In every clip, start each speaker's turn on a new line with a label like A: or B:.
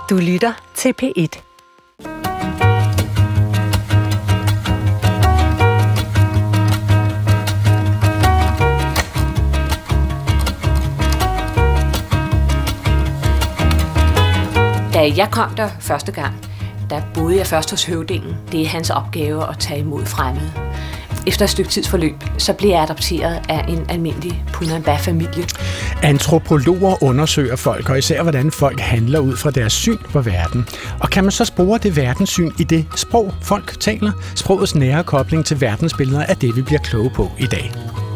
A: Du lytter til P1.
B: Da jeg kom der første gang, der boede jeg først hos høvdingen. Det er hans opgave at tage imod fremmede. Efter et stykke tids forløb, så blev jeg adopteret af en almindelig Punanba-familie.
C: Antropologer undersøger folk, og især hvordan folk handler ud fra deres syn på verden. Og kan man så spore det verdenssyn i det sprog, folk taler? Sprogets nære kobling til verdensbilleder er det, vi bliver kloge på i dag.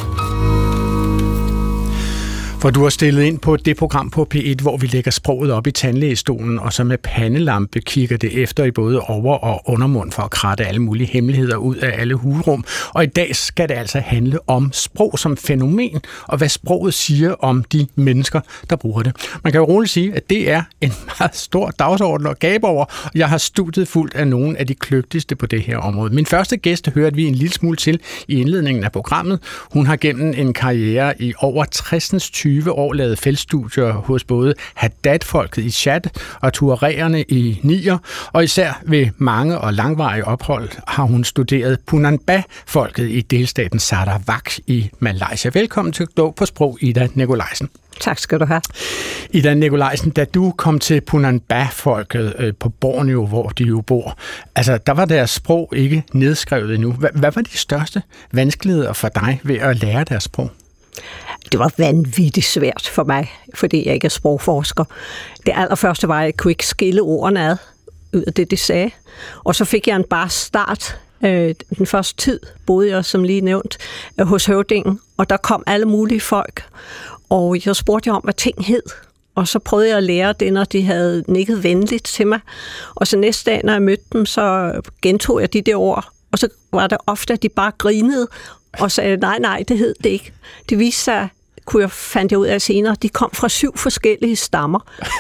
C: For du har stillet ind på det program på P1, hvor vi lægger sproget op i tandlægestolen, og så med pandelampe kigger det efter i både over- og undermund for at kratte alle mulige hemmeligheder ud af alle hulrum. Og i dag skal det altså handle om sprog som fænomen, og hvad sproget siger om de mennesker, der bruger det. Man kan jo roligt sige, at det er en meget stor dagsorden at gabe over, og jeg har studiet fuldt af nogle af de kløgtigste på det her område. Min første gæst hørte vi en lille smule til i indledningen af programmet. Hun har gennem en karriere i over 60 år lavet feltstudier hos både Haddad-folket i Chad og tuaregerne i Niger, og især ved mange og langvarige ophold har hun studeret Punanba-folket i delstaten Sarawak i Malaysia. Velkommen til Klog på Sprog, Ida Nikolajsen.
A: Tak skal du have.
C: Ida Nikolajsen, da du kom til Punanba-folket på Borneo, hvor de jo bor, altså der var deres sprog ikke nedskrevet endnu. Hvad var de største vanskeligheder for dig ved at lære deres sprog?
A: Det var vanvittigt svært for mig, fordi jeg ikke er sprogforsker. Det allerførste var, at jeg kunne ikke skille ordene ad ud af det, de sagde. Og så fik jeg en bare start. Den første tid boede jeg, som lige nævnt, hos høvdingen, og der kom alle mulige folk. Og jeg spurgte om, hvad ting hed. Og så prøvede jeg at lære det, når de havde nikket venligt til mig. Og så næste dag, når jeg mødte dem, så gentog jeg de der ord. Og så var det ofte, at de bare grinede og sagde, nej, det hed det ikke. Det viste sig, fandt jeg ud af senere, de kom fra 7 forskellige stammer.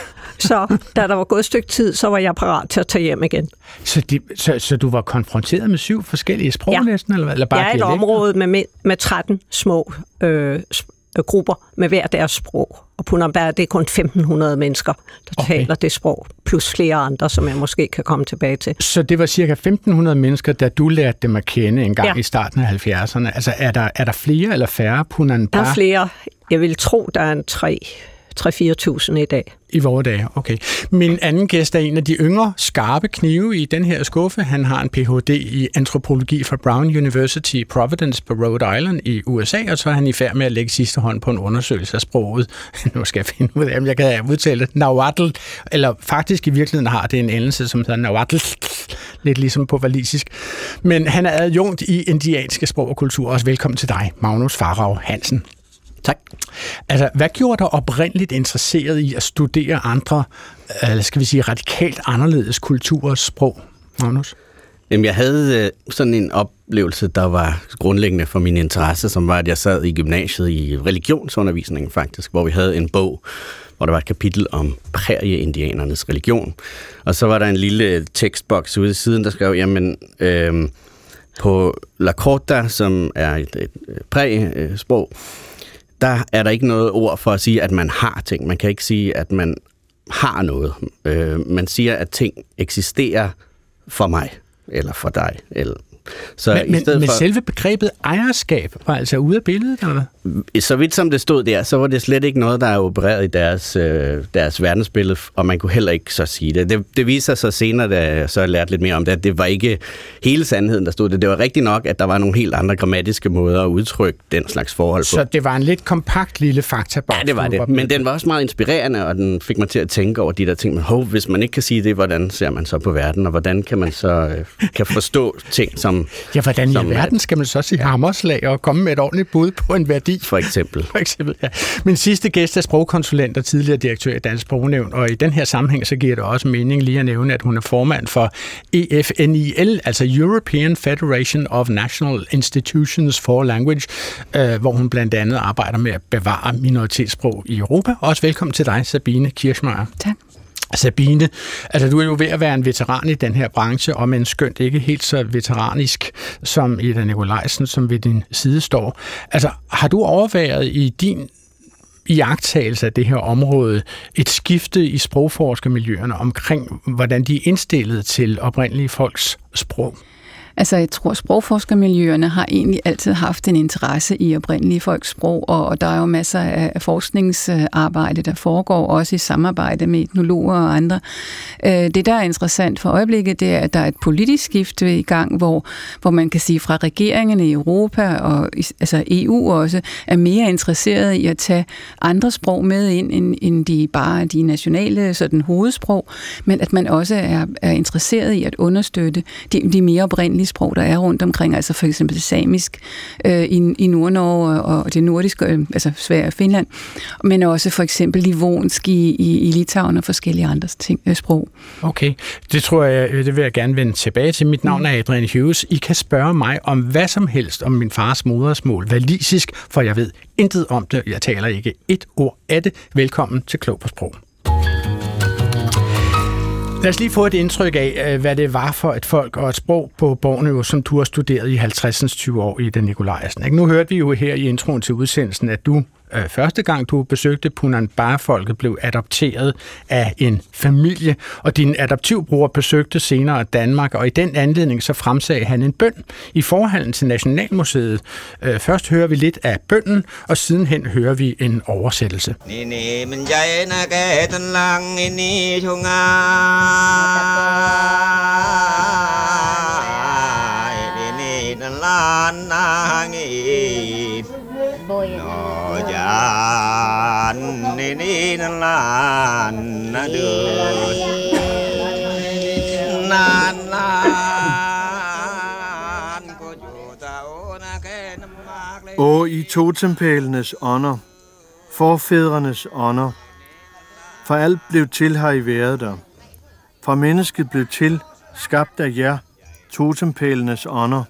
A: Så da der var gået et stykke tid, så var jeg parat til at tage hjem igen.
C: Så du var konfronteret med 7 forskellige sprog næsten? Eller bare
A: jeg er et område med 13 små grupper med hver deres sprog. Og Punanba, det er kun 1.500 mennesker, der taler det sprog, plus flere andre, som jeg måske kan komme tilbage til. Så
C: det var cirka 1.500 mennesker, da du lærte dem at kende en gang i starten af 70'erne. Altså er der flere eller færre Punanba?
A: Der er flere. Jeg vil tro, der er en 3-4.000 i dag.
C: I vore dage, okay. Min anden gæst er en af de yngre skarpe knive i den her skuffe. Han har en Ph.D. i antropologi fra Brown University i Providence på Rhode Island i USA, og så er han i færd med at lægge sidste hånd på en undersøgelse af sproget. Nu skal jeg finde ud af, om jeg kan udtale det. Nahuatl, eller faktisk i virkeligheden har det en endelse, som hedder Nahuatl, lidt ligesom på walisisk. Men han er adjunkt i indianske sprog og kultur. Også velkommen til dig, Magnus Farag Hansen.
D: Tak.
C: Altså, hvad gjorde dig oprindeligt interesseret i at studere andre, skal vi sige, radikalt anderledes kulturers sprog, Magnus?
D: Jamen, jeg havde sådan en oplevelse, der var grundlæggende for min interesse, som var, at jeg sad i gymnasiet i religionsundervisningen faktisk, hvor vi havde en bog, hvor der var et kapitel om prærieindianernes religion. Og så var der en lille tekstboks ude i siden, der skrev, jamen, på Lakota, som er et præ-sprog, der er der ikke noget ord for at sige, at man har ting. Man kan ikke sige, at man har noget. Man siger, at ting eksisterer for mig, eller for dig. Eller
C: men selve begrebet ejerskab var altså ude af billedet, eller hvad?
D: Så vidt som det stod der, så var det slet ikke noget, der er opereret i deres verdensbillede, og man kunne heller ikke så sige det. Det viser sig senere, da jeg så lærte lidt mere om det, at det var ikke hele sandheden, der stod det. Det var rigtigt nok, at der var nogle helt andre grammatiske måder at udtrykke den slags forhold på.
C: Så det var en lidt kompakt lille faktaboks?
D: Ja, det var det. Men den var også meget inspirerende, og den fik mig til at tænke over de der ting. Men hvis man ikke kan sige det, hvordan ser man så på verden, og hvordan kan man så kan forstå ting, som...
C: Ja, hvordan i verden skal man så sige hammerslag og komme med et ordentligt bud på en værdi?
D: For eksempel,
C: ja. Min sidste gæst er sprogkonsulent og tidligere direktør i Dansk Sprognævn, og i den her sammenhæng så giver det også mening lige at nævne, at hun er formand for EFNIL, altså European Federation of National Institutions for Language, hvor hun blandt andet arbejder med at bevare minoritetssprog i Europa. Også velkommen til dig, Sabine Kirchmeier.
E: Tak.
C: Sabine, altså du er jo ved at være en veteran i den her branche, og men skønt ikke helt så veteranisk som Ida Nikolajsen, som ved din side står. Altså, har du overvejet i din iagttagelse af det her område et skifte i sprogforskermiljøerne omkring, hvordan de er indstillet til oprindelige folks sprog?
E: Altså, jeg tror, sprogforskermiljøerne har egentlig altid haft en interesse i oprindelige folks sprog, og der er jo masser af forskningsarbejde, der foregår også i samarbejde med etnologer og andre. Det, der er interessant for øjeblikket, det er, at der er et politisk skifte i gang, hvor man kan sige, fra regeringerne i Europa og altså EU også, er mere interesseret i at tage andre sprog med ind, end de nationale sådan, hovedsprog, men at man også er interesseret i at understøtte de mere oprindelige sprog, der er rundt omkring, altså for eksempel samisk i Nord-Norge og det nordiske, altså Sverige og Finland, men også for eksempel livonsk i Litauen og forskellige andre sprog.
C: Okay, det tror jeg, det vil jeg gerne vende tilbage til. Mit navn er Adrian Hughes. I kan spørge mig om hvad som helst om min fars modersmål, walisisk, for jeg ved intet om det. Jeg taler ikke et ord af det. Velkommen til Klog på Sprog. Lad os lige få et indtryk af, hvad det var for et folk og et sprog på Borneo, som du har studeret i 50-20 år i den Nikolajsen. Nu hørte vi jo her i introen til udsendelsen, at du første gang du besøgte Punan Bar-folket blev adopteret af en familie, og din adoptivbror besøgte senere Danmark, og i den anledning så fremsagde han en bøn i forhallen til Nationalmuseet. Først hører vi lidt af bønnen, og sidenhen hører vi en oversættelse.
F: Og i totempælenes ånder, forfædrenes ånder, for alt blev til har I været der. For mennesket blev til, skabt af jer, totempælenes ånder.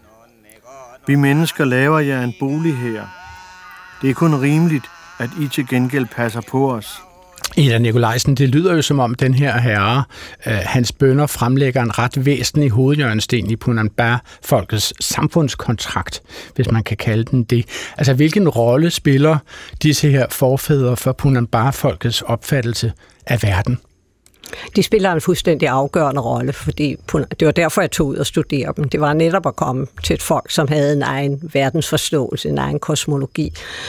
F: Vi mennesker laver jer en bolig her. Det er kun rimeligt, at I til gengæld passer på os.
C: Ida Nikolajsen, det lyder jo som om den her herre, hans bønner fremlægger en ret væsentlig hovedhjørnesten i Punan Bar-folkets samfundskontrakt, hvis man kan kalde den det. Altså, hvilken rolle spiller disse her forfædre for Punan Bar-folkets opfattelse af verden?
A: De spiller en fuldstændig afgørende rolle, fordi det var derfor, jeg tog ud og studerede dem. Det var netop at komme til et folk, som havde en egen verdensforståelse, en egen kosmologi.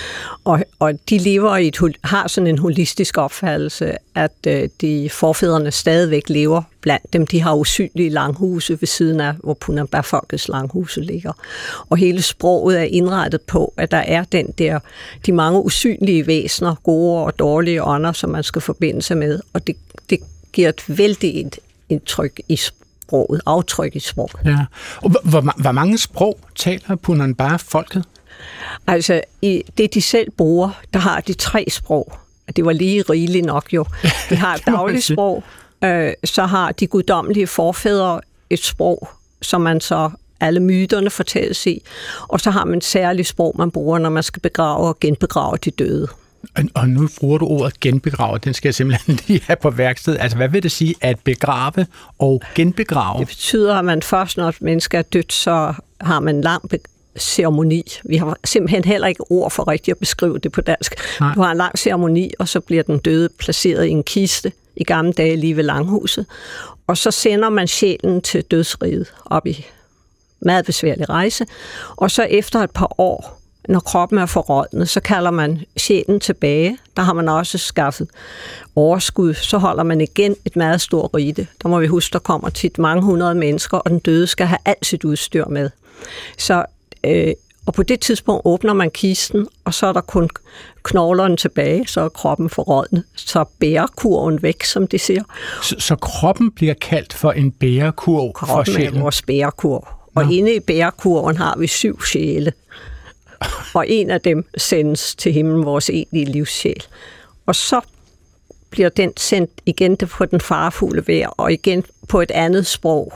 A: Og de har sådan en holistisk opfattelse, at de forfædrene stadigvæk lever blandt dem. De har usynlige langhuse ved siden af, hvor Punan Bar-folkets langhuse ligger. Og hele sproget er indrettet på, at der er de mange usynlige væsener, gode og dårlige ånder, som man skal forbinde sig med. Og det giver et vældigt indtryk i sproget, aftryk i sproget.
C: Ja. Og hvor mange sprog taler Punan Bar-folket?
A: Altså, i det de selv bruger, der har de 3 sprog. Det var lige rigeligt nok jo. De har et dagligt sprog, så har de guddommelige forfædre et sprog, som man så alle myterne fortælles i, og så har man et særligt sprog, man bruger, når man skal begrave og genbegrave de døde.
C: Og nu bruger du ordet genbegrave, den skal jeg simpelthen lige have på værksted. Altså, hvad vil det sige at begrave og genbegrave? Det
A: betyder, at man først, når et menneske er dødt, så har man en lang ceremoni. Vi har simpelthen heller ikke ord for rigtigt at beskrive det på dansk. Nej. Du har en lang ceremoni, og så bliver den døde placeret i en kiste i gamle dage lige ved langhuset. Og så sender man sjælen til dødsriget op i meget besværlig rejse. Og så efter et par år, når kroppen er forrådnet, så kalder man sjælen tilbage. Der har man også skaffet overskud. Så holder man igen et meget stort rite. Der må vi huske, der kommer tit mange hundrede mennesker, og den døde skal have alt sit udstyr med. Så, og på det tidspunkt åbner man kisten, og så er der kun knoglerne tilbage, så er kroppen forrådnet. Så bærekurven væk, som de siger.
C: Så kroppen bliver kaldt for en bærekurv for sjælen?
A: Kroppen er vores bærekurv. Og inde i bærekurven har vi 7 sjæle. Og en af dem sendes til himlen, vores egentlige livssjæl. Og så bliver den sendt igen på den farefulde vejr, og igen på et andet sprog.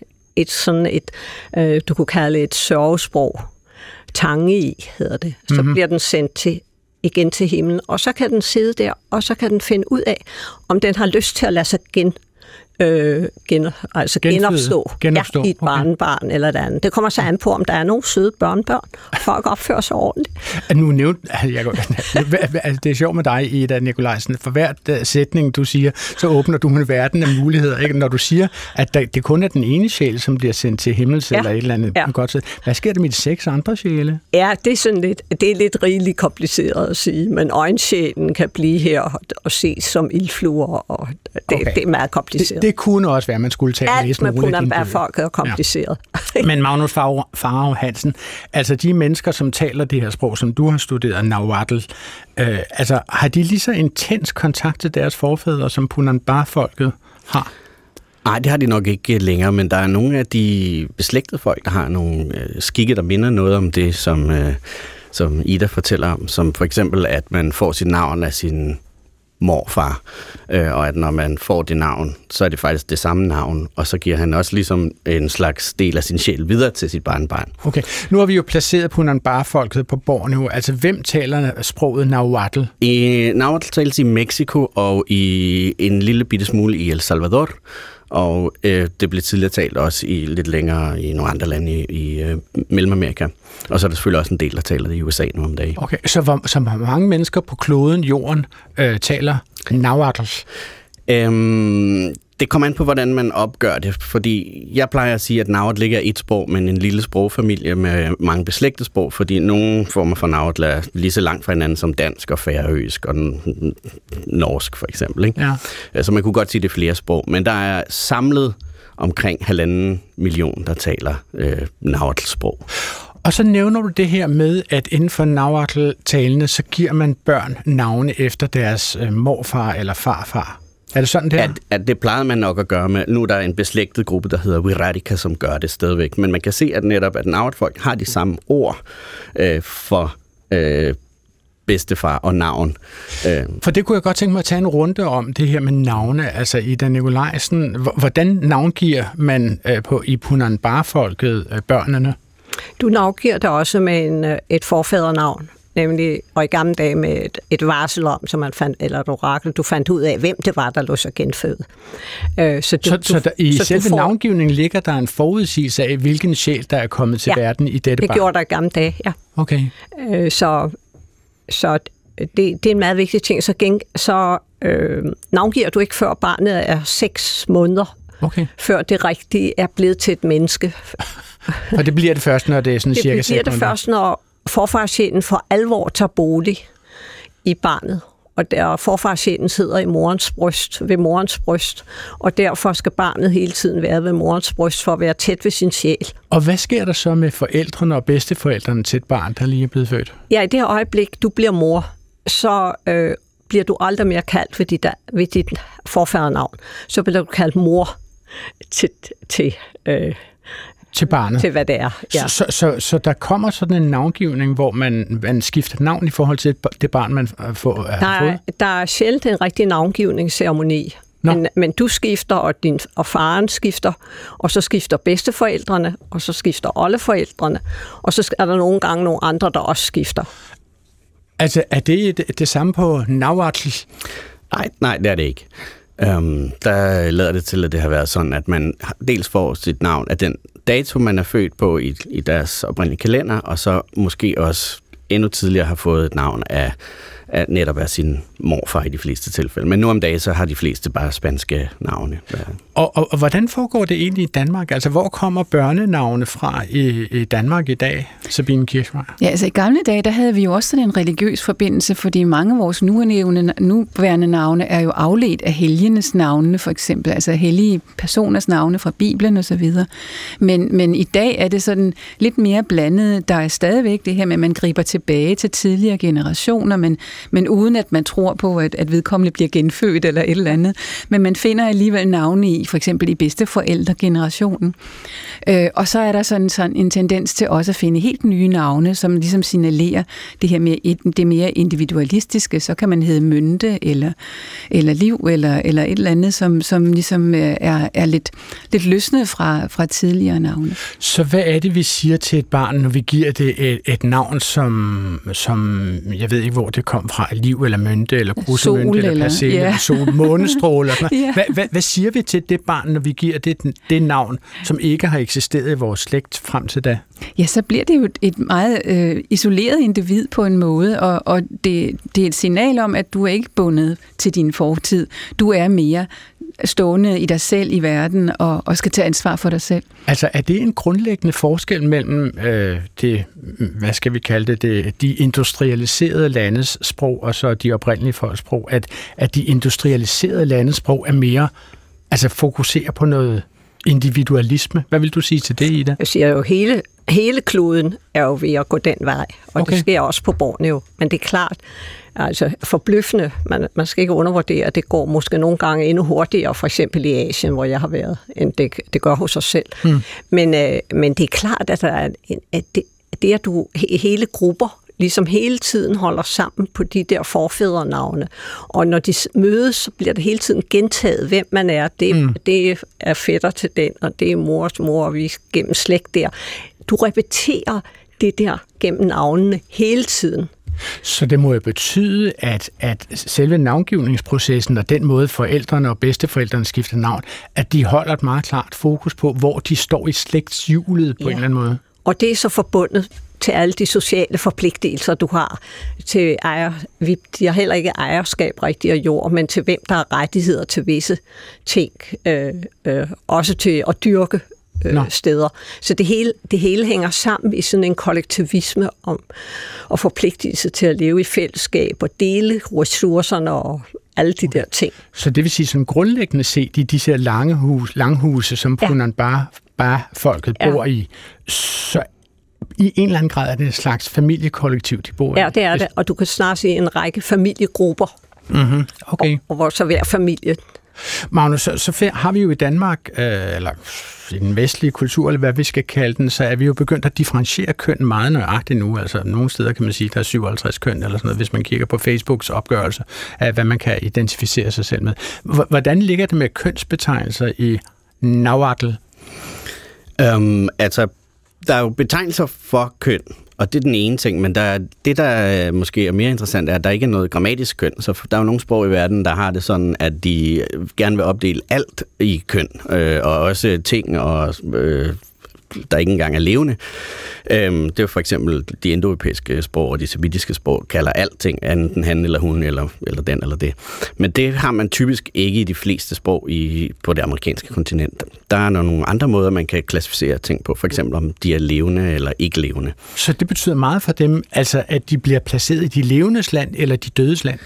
A: Du kunne kalde et sørgesprog. Tangi hedder det. Så bliver den sendt igen til himlen, og så kan den sidde der, og så kan den finde ud af, om den har lyst til at lade sig genopstå i et barnebarn eller det andet. Det kommer så an på, om der er nogle søde børnebørn, og folk opfører sig ordentligt.
C: Nu nævnte det er sjovt med dig, Ida Nikolajsen. For hver sætning, du siger, så åbner du en verden af muligheder. Ikke? Når du siger, at det kun er den ene sjæl, som bliver sendt til himmels eller et eller andet. Ja. Godt. Hvad sker der med de 6 andre sjæle?
A: Ja, det er lidt rigeligt kompliceret at sige, men øjensjælen kan blive her og ses som ildfluer, og det er meget kompliceret.
C: Det kunne også være, at man skulle tage og læse nogle af dine bøger.
A: Folk er kompliceret.
C: Ja. Men Magnus Farao Hansen, altså de mennesker, som taler det her sprog, som du har studeret, Nahuatl, har de lige så intens kontakt til deres forfædre, som Punanbar-folket har?
D: Nej, det har de nok ikke længere, men der er nogle af de beslægtede folk, der har nogle skikke, der minder noget om det, som Ida fortæller om, som for eksempel, at man får sit navn af sin morfar, og at når man får det navn, så er det faktisk det samme navn, og så giver han også ligesom en slags del af sin sjæl videre til sit barnebarn.
C: Okay, nu har vi jo placeret Punanbar-folket på Borneo. Altså, hvem taler sproget Nahuatl?
D: Nahuatl tales i Mexico og i en lille bitte smule i El Salvador, og det blev tidligere talt også lidt længere i nogle andre lande i Mellemamerika. Og så er der selvfølgelig også en del, der taler det i USA nu om dagen.
C: Okay, så hvor mange mennesker på kloden, jorden, taler Nahuatl?
D: Det kommer an på, hvordan man opgør det, fordi jeg plejer at sige, at Nahuatl ikke er et sprog, men en lille sprogfamilie med mange beslægtede sprog, fordi nogle former for Nahuatl er lige så langt fra hinanden som dansk og færøsk og norsk for eksempel. Ikke? Ja. Så man kunne godt sige, det er flere sprog, men der er samlet omkring 1,5 million, der taler Nahuatl-sprog.
C: Og så nævner du det her med, at inden for Nahuatl-talene, så giver man børn navne efter deres morfar eller farfar. Er det sådan, det er?
D: At det plejede man nok at gøre med. Nu er der en beslægtet gruppe, der hedder Wirrárica, som gør det stadigvæk. Men man kan se, at netop at Nahuatl-folk har de samme ord for bedstefar og navn.
C: For det kunne jeg godt tænke mig at tage en runde om, det her med navne. Altså Ida Nikolajsen, hvordan navngiver man i Punanbar-folket børnene?
A: Du navngiver det også med et forfædrenavn. Nemlig, og i gamle dage med et varsel om, som man fandt, eller et orakel, du fandt ud af, hvem det var, der lå sig genfødt.
C: Så i selve navngivningen ligger der en forudsigelse af, hvilken sjæl, der er kommet til verden i dette barn?
A: Det gjorde der i gamle dage, ja.
C: Okay.
A: Så det er en meget vigtig ting. Så navngiver du ikke, før barnet er 6 måneder, før det rigtige er blevet til et menneske.
C: Og det bliver det først, når det er sådan cirka 6 måneder? Det bliver det først,
A: når forfarsjælen for alvor tager bolig i barnet, og der forfarsjælen sidder i morens bryst, ved morens bryst, og derfor skal barnet hele tiden være ved morens bryst for at være tæt ved sin sjæl.
C: Og hvad sker der så med forældrene og bedsteforældrene til et barn, der lige er blevet født?
A: Ja, i det her øjeblik, du bliver mor, så bliver du aldrig mere kaldt ved dit forfædrenavn. Så bliver du kaldt mor til barnet. Til hvad det er, ja.
C: Så der kommer sådan en navngivning, hvor man skifter navn i forhold til det barn, man har fået?
A: Der er sjældent en rigtig navngivningsceremoni. Men du skifter, og faren skifter, og så skifter bedsteforældrene, og så skifter oldeforældrene, og så er der nogle gange nogle andre, der også skifter.
C: Altså, er det samme på Nahuatl?
D: Nej, det er det ikke. Der lader det til, at det har været sådan, at man dels får sit navn af den dato, man er født på i deres oprindelige kalender, og så måske også endnu tidligere har fået et navn af netop af sin morfar i de fleste tilfælde. Men nu om dagen, så har de fleste bare spanske navne.
C: Og hvordan foregår det egentlig i Danmark? Altså, hvor kommer børnenavne fra i Danmark i dag, Sabine Kirchmeier?
E: Ja, altså i gamle dage, der havde vi jo også sådan en religiøs forbindelse, fordi mange af vores nuværende navne er jo afledt af helgenes navne, for eksempel, altså hellige personers navne fra Bibelen osv. Men i dag er det sådan lidt mere blandet. Der er stadigvæk det her med, at man griber tilbage til tidligere generationer, men uden at man tror på, at vedkommende bliver genfødt eller et eller andet. Men man finder alligevel navne i, for eksempel i bedsteforældregenerationen. Og så er der sådan en tendens til også at finde helt nye navne, som ligesom signalerer det her med det mere individualistiske. Så kan man hedde Mynte eller Liv eller et eller andet, som ligesom er lidt løsnet fra tidligere navne.
C: Så hvad er det, vi siger til et barn, når vi giver det et navn, som jeg ved ikke, hvor det kom kom fra, liv eller mynte, eller grussemynte, eller persille, eller sol, månestråle. Hvad siger vi til det barn, når vi giver det navn, som ikke har eksisteret i vores slægt frem til da?
E: Ja, så bliver det jo et meget isoleret individ på en måde, og det er et signal om, at du er ikke bundet til din fortid. Du er mere stående i dig selv i verden og skal tage ansvar for dig selv.
C: Altså, er det en grundlæggende forskel mellem hvad skal vi kalde det, de industrialiserede landes sprog og så de oprindelige folks sprog, at de industrialiserede landes sprog er mere, altså fokuserer på noget individualisme? Hvad vil du sige til det, Ida?
A: Jeg siger jo, hele kloden er jo ved at gå den vej, og det sker også på Borneo. Men det er klart, altså forbløffende, man skal ikke undervurdere, det går måske nogle gange endnu hurtigere, for eksempel i Asien, hvor jeg har været, end det gør hos os selv. Men det er klart, at det at du hele grupper ligesom hele tiden holder sammen på de der forfædrenavne. Og når de mødes, så bliver det hele tiden gentaget, hvem man er. Det er fætter til den, og det er mors mor, og vi gennem slægt der. Du repeterer det der gennem navnene hele tiden.
C: Så det må jo betyde, at selve navngivningsprocessen og den måde forældrene og bedsteforældrene skifter navn, at de holder et meget klart fokus på, hvor de står i slægtshjulet på en eller anden måde.
A: Og det er så forbundet til alle de sociale forpligtelser, du har til de har heller ikke ejerskab rigtig af jord, men til hvem der har rettigheder til visse ting, også til at dyrke steder. Så det hele hænger sammen i sådan en kollektivisme om og forpligtelse til at leve i fællesskab og dele ressourcerne og alle de der ting.
C: Så det vil sige sådan grundlæggende set i disse langhuse, som Punan bare folket bor i, så i en eller anden grad er det en slags familiekollektiv, de bor i.
A: Ja, det er det, og du kan snart sige en række familiegrupper.
C: Mm-hmm. Okay.
A: Og hvor så hver familie.
C: Magnus, så har vi jo i Danmark, eller i den vestlige kultur, eller hvad vi skal kalde den, så er vi jo begyndt at differentiere køn meget nøjagtigt nu. Altså nogle steder kan man sige, at der er 57 køn, eller sådan noget, hvis man kigger på Facebooks opgørelse af, hvad man kan identificere sig selv med. Hvordan ligger det med kønsbetegnelser i Nahuatl?
D: Altså, der er jo betegnelser for køn, og det er den ene ting, men det, der måske er mere interessant, er, at der ikke er noget grammatisk køn. Så der er jo nogle sprog i verden, der har det sådan, at de gerne vil opdele alt i køn, og også ting, og der ikke engang er levende. Det er jo for eksempel de indoeuropæiske sprog og de semitiske sprog kalder alting enten han eller hun eller den eller det. Men det har man typisk ikke i de fleste sprog på det amerikanske kontinent. Der er nogle andre måder, man kan klassificere ting på, for eksempel om de er levende eller ikke levende.
C: Så det betyder meget for dem, altså at de bliver placeret i de levendes land eller de dødes land?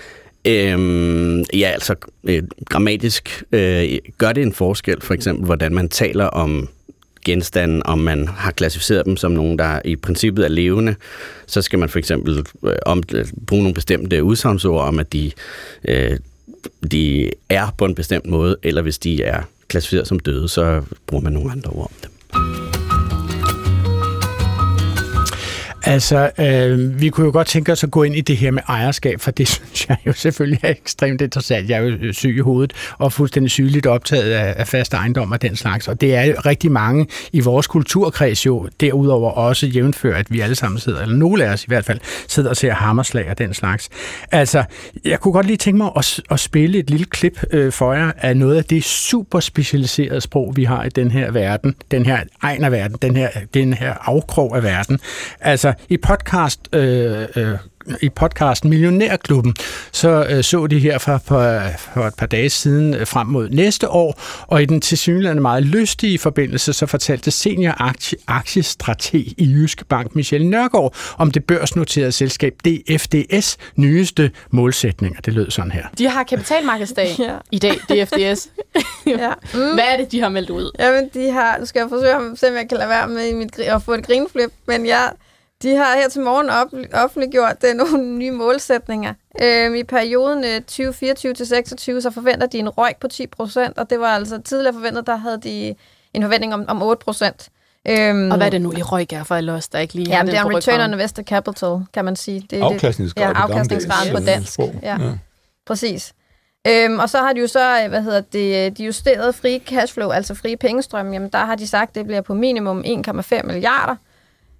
D: Grammatisk gør det en forskel, for eksempel hvordan man taler om genstande, om man har klassificeret dem som nogen, der i princippet er levende, så skal man for eksempel bruge nogle bestemte udsagnsord om, at de er på en bestemt måde, eller hvis de er klassificeret som døde, så bruger man nogle andre ord om dem.
C: Altså, vi kunne jo godt tænke os at gå ind i det her med ejerskab, for det synes jeg jo selvfølgelig er ekstremt interessant. Jeg er jo syg i hovedet og fuldstændig sygeligt optaget af fast ejendom og den slags, og det er jo rigtig mange i vores kulturkreds jo derudover også jævnfører, at vi alle sammen sidder, eller nogle af os i hvert fald, sidder og ser hammerslag og den slags. Altså, jeg kunne godt lige tænke mig at spille et lille klip for jer af noget af det super specialiserede sprog, vi har i den her verden, den her egen af verden, den her afkrog af verden. Altså, i podcasten Millionærklubben, så de her for et par dage siden frem mod næste år, og i den tilsyneladende meget lystige forbindelse, så fortalte senior aktiestrateg i Jyske Bank, Michelle Nørgaard, om det børsnoterede selskab DFDS nyeste målsætninger. Det lød sådan her.
G: De har kapitalmarkedsdag i dag, DFDS.
H: Ja.
G: Hvad er det, de har meldt ud?
H: Jamen, nu skal jeg forsøge at se, om jeg kan lade være med at få et grinflip, men de har her til morgen offentliggjort nogle nye målsætninger. I perioden 2024-26 så forventer de en ROIC på 10%, og det var altså tidligere forventet, der havde de en forventning om 8%.
G: Og hvad er det nu, ROIC er for alle os, der ikke lige har den?
H: Det er en return on invested capital, kan man sige. Det er afkastningsgraden på dansk. Ja, præcis. Og så har de jo så, de justerede frie cashflow, altså frie pengestrøm, jamen der har de sagt, det bliver på minimum 1,5 milliarder.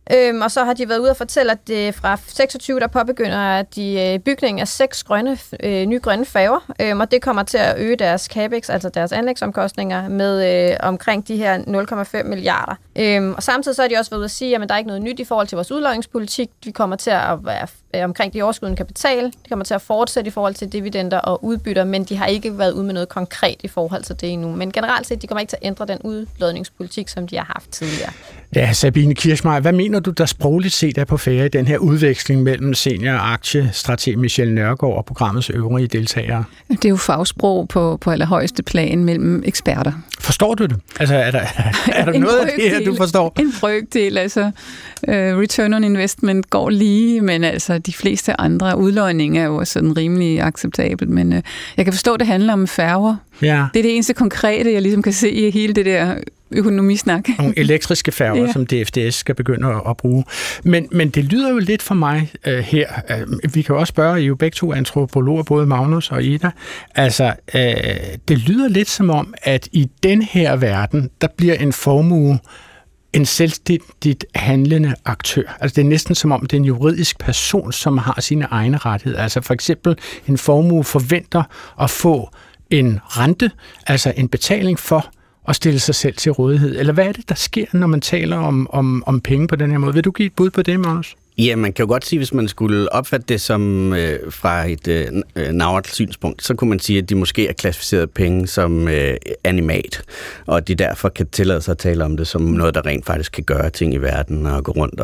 H: Og så har de været ude og fortælle, at det fra 26, der påbegynder de bygning af 6 nye grønne færger, og det kommer til at øge deres capex, altså deres anlægsomkostninger, med omkring de her 0,5 milliarder. Og samtidig så har de også været ude at sige, at der er ikke noget nyt i forhold til vores udlodningspolitik. Vi kommer til at være omkring de overskydende kapital. De kommer til at fortsætte i forhold til dividender og udbytter, men de har ikke været ude med noget konkret i forhold til det endnu. Men generelt set, de kommer ikke til at ændre den udlodningspolitik, som de har haft tidligere.
C: Ja, Sabine Kirschmeier, hvad mener du, der sprogligt set er på færde i den her udveksling mellem senior-aktiestrateg Michelle Nørgaard og programmets øvrige deltagere?
E: Det er jo fagsprog på allerhøjeste plan mellem eksperter.
C: Forstår du det? Altså, er der noget af det her, du forstår?
E: En brøkdel, altså return on investment går lige, men altså de fleste andre udlodninger er jo sådan rimelig acceptabelt. Men jeg kan forstå, at det handler om færger. Ja. Det er det eneste konkrete, jeg ligesom kan se i hele det der økonomisnak.
C: Nogle elektriske færger, ja, som DFDS skal begynde at bruge. Men det lyder jo lidt for mig her. Vi kan jo også spørge, I er jo begge to antropologer, både Magnus og Ida. Altså, det lyder lidt som om, at i den her verden, der bliver en formue en selvstændigt handlende aktør. Altså det er næsten som om, det er en juridisk person, som har sine egne rettigheder. Altså for eksempel en formue forventer at få en rente, altså en betaling for at stille sig selv til rådighed. Eller hvad er det, der sker, når man taler om penge på den her måde? Vil du give et bud på det, Magnus?
D: Ja, man kan jo godt sige, hvis man skulle opfatte det som fra et navret synspunkt, så kunne man sige, at de måske er klassificeret penge som animat, og de derfor kan tillade sig at tale om det som noget, der rent faktisk kan gøre ting i verden, og gå rundt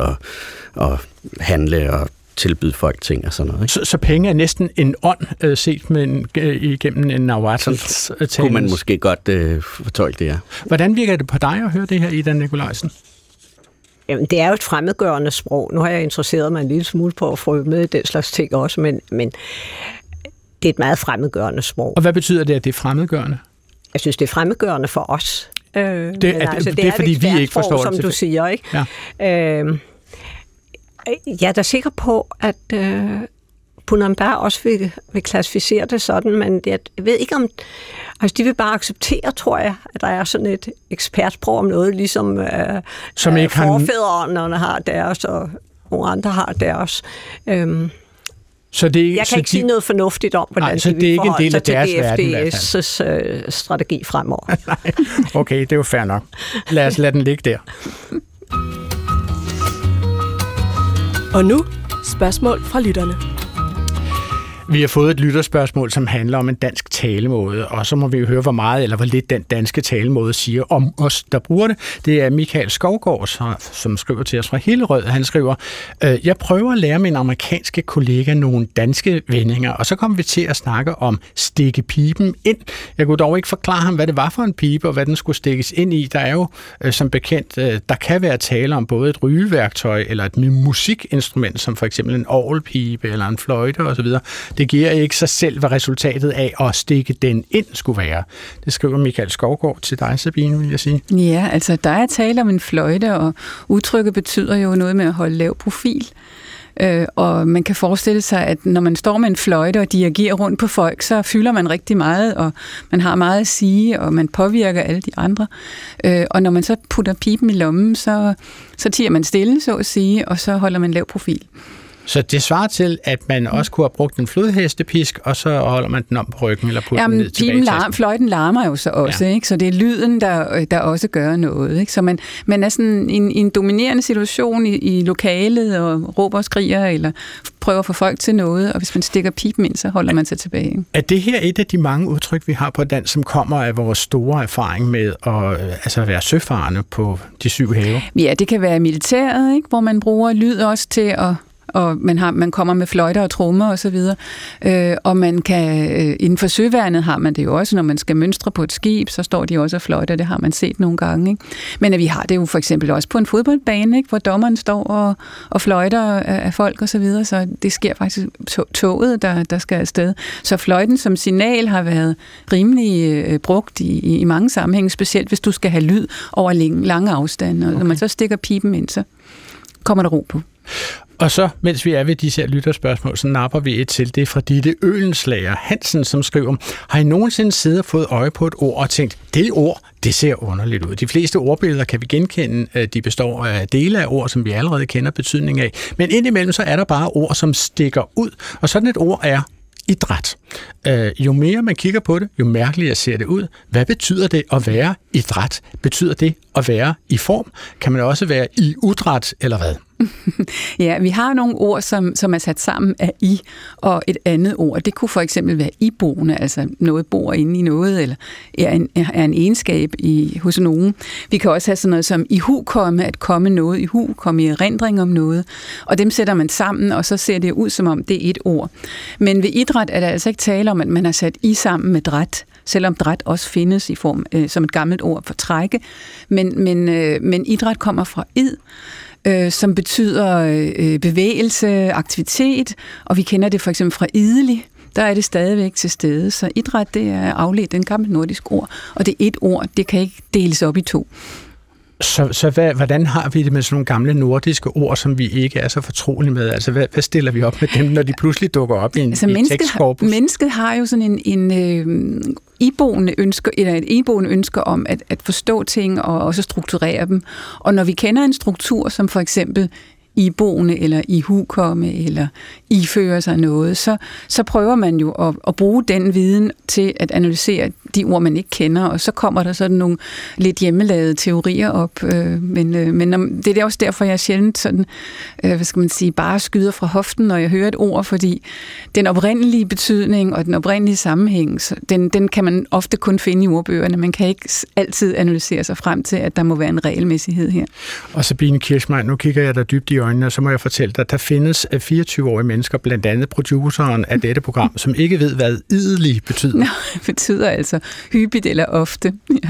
D: og handle og tilbyde folk ting og sådan noget. Ikke?
C: Så penge er næsten en ånd set igennem en Nahuatls tale?
D: Kunne man måske godt fortolke det, ja.
C: Hvordan virker det på dig at høre det her, Ida Nikolajsen?
A: Jamen, det er jo et fremmedgørende sprog. Nu har jeg interesseret mig en lille smule på at få med den slags ting også, men det er et meget fremmedgørende sprog.
C: Og hvad betyder det, at det er fremmedgørende?
A: Jeg synes, det er fremmedgørende for os.
C: Det er fordi vi ikke forstår det.
A: Som du siger, ikke? Ja. Jeg er da sikker på, at Punambara også vil klassificere det sådan, men jeg ved ikke om... Altså, de vil bare acceptere, tror jeg, at der er sådan et ekspertsprog om noget, ligesom som ikke forfædrene har deres, og nogle andre har deres.
C: Så det,
A: jeg kan ikke sige noget fornuftigt om, hvordan
C: de vil forholde sig til
A: DFDS' strategi fremover.
C: Nej, okay, det er jo fair nok. Lad os lade den ligge der.
I: Og nu spørgsmål fra lytterne.
C: Vi har fået et lytterspørgsmål, som handler om en dansk talemåde, og så må vi jo høre, hvor meget eller hvor lidt den danske talemåde siger om os, der bruger det. Det er Michael Skovgaard, som skriver til os fra Hillerød. Han skriver, jeg prøver at lære min amerikanske kollega nogle danske vendinger, og så kommer vi til at snakke om stikke pipen ind. Jeg kunne dog ikke forklare ham, hvad det var for en pipe, og hvad den skulle stikkes ind i. Der er jo, som bekendt, der kan være tale om både et rygeværktøj eller et musikinstrument, som for eksempel en orgelpipe eller en fløjte osv. Det giver ikke sig selv, hvad resultatet af at stikke den ind skulle være. Det skriver Michael Skovgaard til dig, Sabine, vil jeg sige.
E: Ja, altså der er tale om en fløjte, og udtrykket betyder jo noget med at holde lav profil. Og man kan forestille sig, at når man står med en fløjte og dirigerer rundt på folk, så fylder man rigtig meget, og man har meget at sige, og man påvirker alle de andre. Og når man så putter pipen i lommen, så tiger man stille, så at sige, og så holder man lav profil.
C: Så det svarer til, at man også kunne have brugt en flodhestepisk, og så holder man den om på ryggen, eller putter den ned tilbage i tasken.
E: Fløjten larmer jo så også, ja. Ikke? Så det er lyden, der også gør noget. Ikke? Så man er sådan i en dominerende situation i lokalet, og råber og skriger, eller prøver at få folk til noget, og hvis man stikker pipen ind, så holder man sig tilbage. Ikke?
C: Er det her et af de mange udtryk, vi har på dansk, som kommer af vores store erfaring med at være søfarende på de 7 have?
E: Ja, det kan være militæret, ikke? Hvor man bruger lyd også til og man kommer med fløjter og trommer og så videre. Og man kan, inden for søværnet har man det jo også, når man skal mønstre på et skib, så står de også og fløjter, det har man set nogle gange. Ikke? Men vi har det jo for eksempel også på en fodboldbane, ikke? Hvor dommeren står og fløjter af folk og så videre, så det sker faktisk toget, der skal afsted. Så fløjten som signal har været rimelig brugt i mange sammenhænge, specielt hvis du skal have lyd over lange afstande, og når man så stikker pipen ind, så kommer der ro på.
C: Og så, mens vi er ved disse her lytterspørgsmål, så napper vi et til. Det er fra Ditte Ølenslager Hansen, som skriver, har I nogensinde siddet og fået øje på et ord og tænkt, det ord, det ser underligt ud. De fleste ordbilleder kan vi genkende. De består af dele af ord, som vi allerede kender betydning af. Men indimellem så er der bare ord, som stikker ud. Og sådan et ord er idræt. Jo mere man kigger på det, jo mærkeligere ser det ud. Hvad betyder det at være idræt? Betyder det at være i form? Kan man også være i udræt, eller hvad?
E: Ja, vi har nogle ord, som er sat sammen af i, og et andet ord. Det kunne for eksempel være iboende, altså noget bor inde i noget, eller er en egenskab hos nogen. Vi kan også have sådan noget som ihukomme, at komme noget i hu, komme i erindring om noget, og dem sætter man sammen, og så ser det ud, som om det er et ord. Men ved idræt er der altså ikke tale om, at man har sat i sammen med dræt, selvom dræt også findes i form som et gammelt ord for trække, men idræt kommer fra id, som betyder bevægelse, aktivitet, og vi kender det for eksempel fra idelig. Der er det stadigvæk til stede, så idræt, det er afledt af en gammel nordisk ord, og det er et ord, det kan ikke deles op i to.
C: Så hvordan har vi det med sådan nogle gamle nordiske ord, som vi ikke er så fortrolige med? Altså, hvad stiller vi op med dem, når de pludselig dukker op i en tekstkorpus?
E: Mennesket har jo sådan en iboende ønsker om at forstå ting og også strukturere dem. Og når vi kender en struktur, som for eksempel iboende eller ihukomme eller iføre sig noget, så prøver man jo at bruge den viden til at analysere de ord, man ikke kender, og så kommer der sådan nogle lidt hjemmelavede teorier op. Men det er også derfor, jeg sjældent sådan, bare skyder fra hoften, når jeg hører et ord, fordi den oprindelige betydning og den oprindelige sammenhæng, den kan man ofte kun finde i ordbøgerne. Man kan ikke altid analysere sig frem til, at der må være en regelmæssighed her.
C: Og Sabine Kirchmeier, nu kigger jeg dig dybt i øjnene, og så må jeg fortælle dig, at der findes 24-årige mennesker, blandt andet produceren af dette program, som ikke ved, hvad idelig betyder.
E: Nå, det betyder altså hyppigt eller ofte. Ja.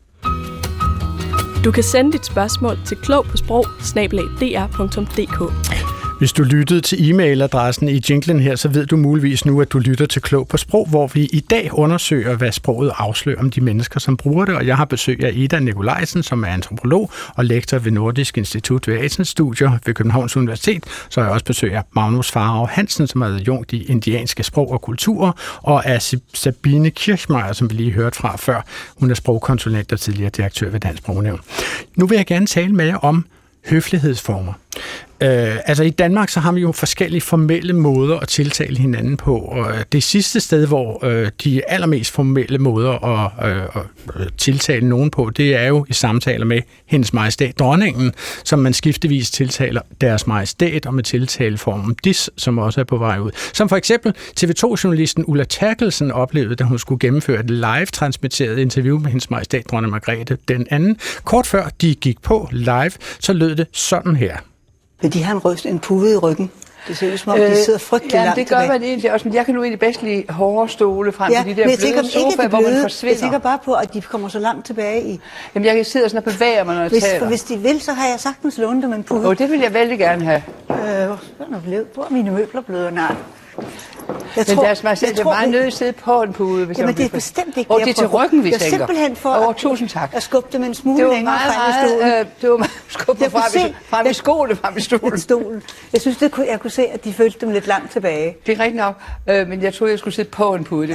I: Du kan sende dit spørgsmål til klogpåsprog@dr.dk.
C: Hvis du lyttede til e-mailadressen i jinglen her, så ved du muligvis nu, at du lytter til Klog på Sprog, hvor vi i dag undersøger, hvad sproget afslører om de mennesker, som bruger det. Og jeg har besøg af Ida Nikolajsen, som er antropolog og lektor ved Nordisk Institut ved Athens-studier ved Københavns Universitet. Så har jeg også besøg af Magnus Farag Hansen, som er adjunkt i indianske sprog og kulturer, og af Sabine Kirchmeier, som vi lige hørte fra før. Hun er sprogkonsulent og tidligere direktør ved Dansk Sprognævn. Nu vil jeg gerne tale med jer om høflighedsformer. Altså i Danmark, så har vi jo forskellige formelle måder at tiltale hinanden på, og det sidste sted, hvor de allermest formelle måder at tiltale nogen på, det er jo i samtaler med hendes majestæt dronningen, som man skiftevis tiltaler deres majestæt, og med tiltaleformen dis, som også er på vej ud. Som for eksempel TV2-journalisten Ulla Terkelsen oplevede, da hun skulle gennemføre et live-transmitteret interview med hendes majestæt dronning Margrethe den anden. Kort før de gik på live, så lød det sådan her.
J: Vil de have en pude i ryggen? Det ser ud som om, de sidder frygtelig langt
K: det gør
J: tilbage.
K: man egentlig også, men jeg kan nu egentlig bedst lide hårde stole frem til de der bløde sofaer, hvor man forsvinder.
J: Jeg tænker bare på, at de kommer så langt tilbage i.
K: Jamen, jeg sidder sådan og bevæger mig, når jeg taler.
J: Hvis de vil, så har jeg sagtens lånt dem en pude.
K: Det vil jeg vældig gerne have.
J: Hvor er mine møbler blevet? Nej.
K: Men deres majestæt er meget nødt til at sidde på en pude. Hvis
J: Jamen, det er bestemt ikke
K: det. Og det er til ryggen, vi tænker.
J: Det er simpelthen for
K: tusind tak.
J: At skubbe dem en smule længere frem i stolen.
K: Det var meget skubbe frem i skoene, frem i stolen.
J: Jeg synes, jeg kunne se, at de følte dem lidt langt tilbage.
K: Det er rigtigt nok, men jeg troede, jeg skulle sidde på en pude.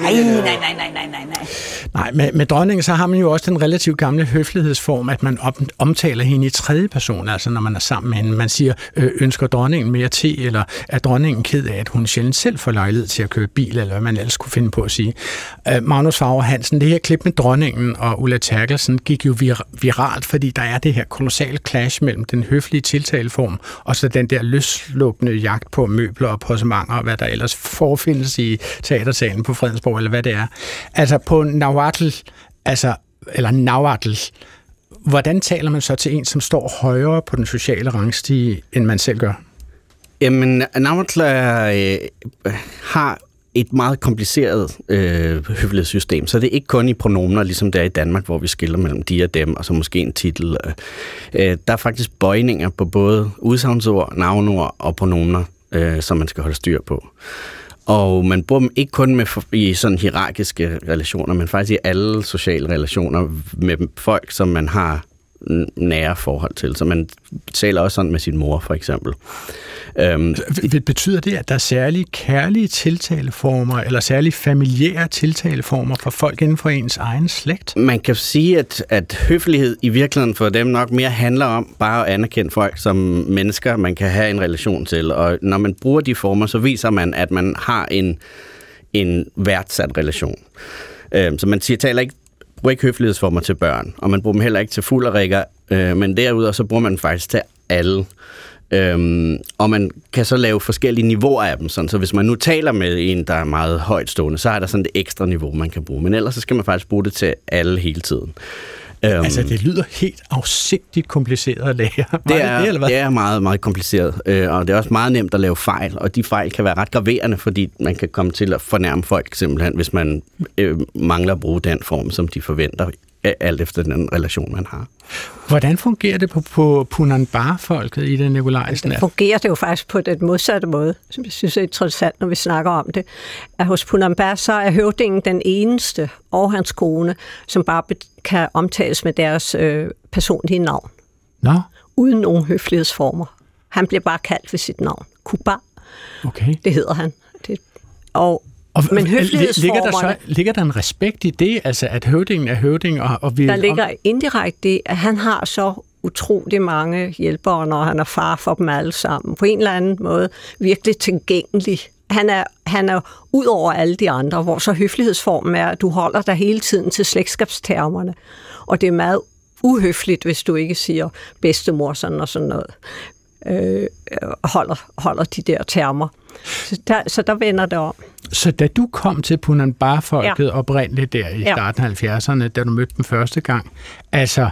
C: Nej, med dronningen, så har man jo også den relativt gamle høflighedsform, at man omtaler hende i tredje person, altså når man er sammen med hende. Man siger, ønsker dronningen mere te, eller er dronningen ked af, at hun sjældent selv får lejlighed til at køre bil, eller hvad man ellers kunne finde på at sige. Magnus Farag Hansen, det her klip med dronningen og Ulla Terkelsen gik jo viralt, fordi der er det her kolossale clash mellem den høflige tiltaleform og så den der løslukkende jagt på møbler og possementer og hvad der ellers forfindes i teatersalen på Fredensborg, eller hvad det er. Altså på nahuatl, eller nahuatl, hvordan taler man så til en, som står højere på den sociale rangstige, end man selv gør?
D: Jamen, nahuatl har et meget kompliceret høflighedssystem, så det er ikke kun i pronomner, ligesom det er i Danmark, hvor vi skiller mellem de og dem, og så måske en titel. Der er faktisk bøjninger på både udsagnsord, navnord og pronomner, som man skal holde styr på. Og man bruger dem ikke kun i sådan hierarkiske relationer, men faktisk i alle sociale relationer med folk, som man har nære forhold til. Så man taler også sådan med sin mor, for eksempel.
C: Betyder det, at der er særlige kærlige tiltaleformer, eller særlige familiære tiltaleformer for folk inden for ens egen slægt?
D: Man kan sige, at høflighed i virkeligheden for dem nok mere handler om bare at anerkende folk som mennesker, man kan have en relation til. Og når man bruger de former, så viser man, at man har en værdsat relation. Så man bruger ikke høflighedsformer til børn, og man bruger dem heller ikke til fulderikker, men derudover så bruger man faktisk til alle. Og man kan så lave forskellige niveauer af dem, sådan, så hvis man nu taler med en, der er meget højtstående, så er der sådan et ekstra niveau, man kan bruge. Men ellers så skal man faktisk bruge det til alle hele tiden.
C: Altså, det lyder helt afsindigt kompliceret at lære.
D: Det er meget, meget kompliceret, og det er også meget nemt at lave fejl, og de fejl kan være ret graverende, fordi man kan komme til at fornærme folk simpelthen, hvis man mangler at bruge den form, som de forventer, alt efter den relation, man har.
C: Hvordan fungerer det på Punanbar-folket i det, Nikolajsen?
A: Det fungerer det jo faktisk på den modsatte måde, som jeg synes er interessant, når vi snakker om det. At hos Punanbar, så er høvdingen den eneste, og hans kone, som bare kan omtales med deres personlige navn.
C: Nå? Uden
A: nogen høflighedsformer. Han bliver bare kaldt ved sit navn. Kuba.
C: Okay.
A: Det hedder han. Men høflighedsformerne...
C: Ligger der en respekt i det, altså at høvdingen er høvding, og vi...
A: Der ligger indirekte det, at han har så utrolig mange hjælpere, når han er far for dem alle sammen. På en eller anden måde virkelig tilgængelig. Han er ud over alle de andre, hvor så høflighedsformen er, at du holder dig hele tiden til slægtskabstermerne. Og det er meget uhøfligt, hvis du ikke siger bedstemor sådan og sådan noget. Holder de der termer. Så der vender det om.
C: Så da du kom til Punanbar-folket oprindeligt der i starten af 70'erne, da du mødte dem første gang, altså,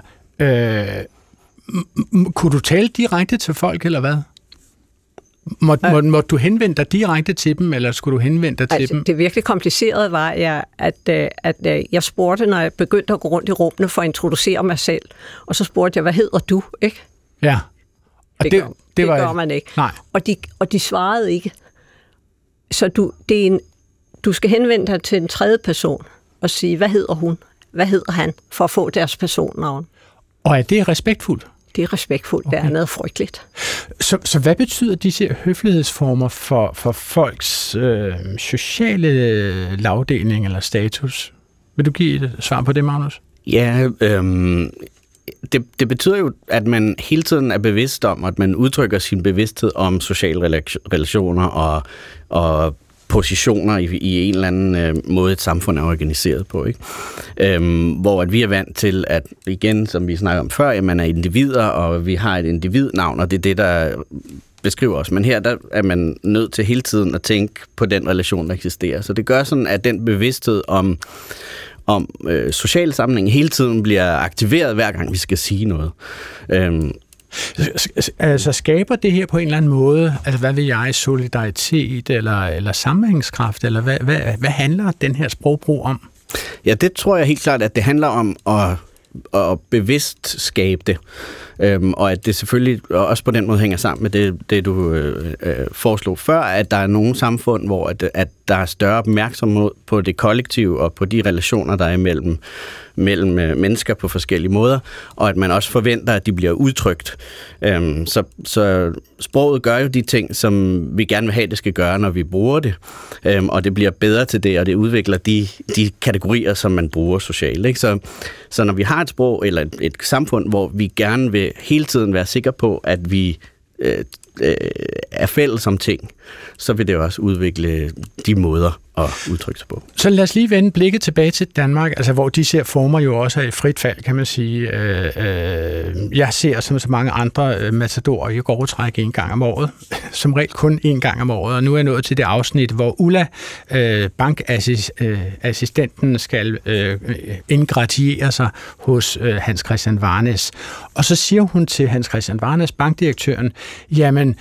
C: kunne du tale direkte til folk, eller hvad? Måtte du henvende dig direkte til dem, eller skulle du henvende dig til dem?
A: Det virkelig komplicerede var, at jeg spurgte, når jeg begyndte at gå rundt i rummene for at introducere mig selv, og så spurgte jeg, hvad hedder du, ikke?
C: Ja. Og det
A: gør man ikke.
C: Nej.
A: Og de svarede ikke. Så du skal henvende dig til en tredje person og sige, hvad hedder hun? Hvad hedder han? For at få deres personnavn.
C: Og er det respektfuldt?
A: Det er respektfuldt. Okay. Det er noget frygteligt.
C: Så hvad betyder disse høflighedsformer for folks sociale lavdeling eller status? Vil du give et svar på det, Magnus?
D: Ja, det betyder jo, at man hele tiden er bevidst om, at man udtrykker sin bevidsthed om sociale relationer og positioner i en eller anden måde, et samfund er organiseret på, ikke? Hvor at vi er vant til, at igen, som vi snakker om før, at man er individer, og vi har et individnavn, og det er det, der beskriver os. Men her der er man nødt til hele tiden at tænke på den relation, der eksisterer. Så det gør sådan, at den bevidsthed om social sammenhæng hele tiden bliver aktiveret, hver gang vi skal sige noget.
C: Altså skaber det her på en eller anden måde, altså hvad vil jeg, solidaritet eller sammenhængskraft, eller hvad handler den her sprogbrug om?
D: Ja, det tror jeg helt klart, at det handler om at bevidst skabe det. Og at det selvfølgelig også på den måde hænger sammen med det du foreslog før, at der er nogle samfund, hvor at der er større opmærksomhed på det kollektive og på de relationer, der er mellem mennesker på forskellige måder, og at man også forventer, at de bliver udtrykt. Så sproget gør jo de ting, som vi gerne vil have, det skal gøre, når vi bruger det, og det bliver bedre til det, og det udvikler de kategorier, som man bruger socialt. Ikke? Så når vi har et sprog eller et samfund, hvor vi gerne vil hele tiden være sikre på, at vi er fælles om ting, så vil det også udvikle de måder at udtrykke sig på.
C: Så lad os lige vende blikket tilbage til Danmark, altså hvor de her former jo også er i frit fald, kan man sige. Jeg ser som så mange andre matadorer i gårdtræk en gang om året, som regel kun en gang om året, og nu er jeg nået til det afsnit, hvor Ulla, bankassistenten, skal ingratiere sig hos Hans Christian Varnæs. Og så siger hun til Hans Christian Varnæs, bankdirektøren, jamen,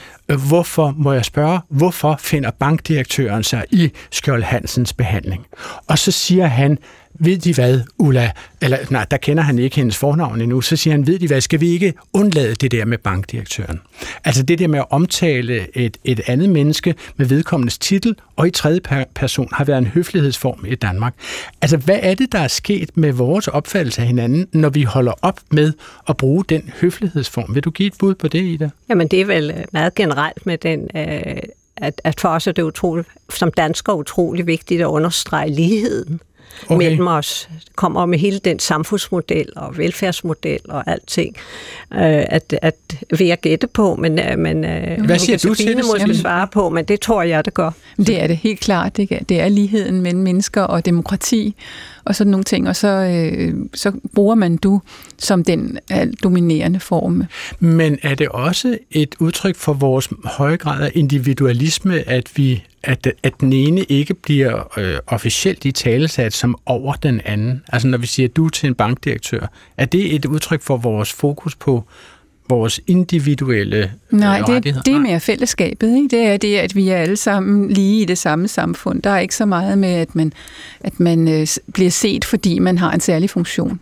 C: hvorfor finder bankdirektøren sig i Skjold Hansens behandling? Og så siger han, ved de hvad, Ulla, eller nej, der kender han ikke hendes fornavn endnu, så siger han, ved de hvad, skal vi ikke undlade det der med bankdirektøren? Altså det der med at omtale et andet menneske med vedkommendes titel, og i tredje person har været en høflighedsform i Danmark. Altså hvad er det, der er sket med vores opfattelse af hinanden, når vi holder op med at bruge den høflighedsform? Vil du give et bud på det, Ida?
A: Jamen det er vel meget generelt med den... At for os er det utroligt, som danskere utrolig vigtigt at understrege ligheden mellem os. Det kommer med hele den samfundsmodel og velfærdsmodel og alting. At vil jeg gætte på, men
C: hvad siger du til det?
A: Måske svare på, men det tror jeg, det gør.
E: Det er det helt klart. Det er ligheden mellem mennesker og demokrati og sådan nogle ting, og så bruger man du som den dominerende form. Men
C: er det også et udtryk for vores høje grad af individualisme, at den ene ikke bliver officielt italesat som over den anden? Altså når vi siger du til en bankdirektør, er det et udtryk for vores fokus på vores individuelle rettigheder?
E: Det er mere fællesskabet. Ikke? Det er det, at vi er alle sammen lige i det samme samfund. Der er ikke så meget med, at man bliver set, fordi man har en særlig funktion.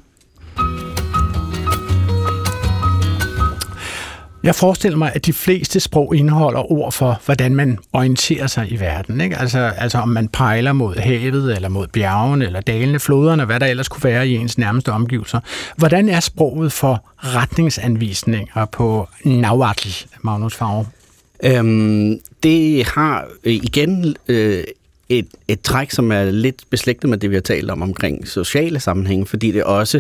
C: Jeg forestiller mig, at de fleste sprog indeholder ord for, hvordan man orienterer sig i verden. Ikke? Altså om man pejler mod havet, eller mod bjergene, eller dalene, floderne, hvad der ellers kunne være i ens nærmeste omgivelser. Hvordan er sproget for retningsanvisninger på nahuatl, Magnus Favre?
D: Det har igen et træk, som er lidt beslægtet med det, vi har talt omkring sociale sammenhænge, fordi det også,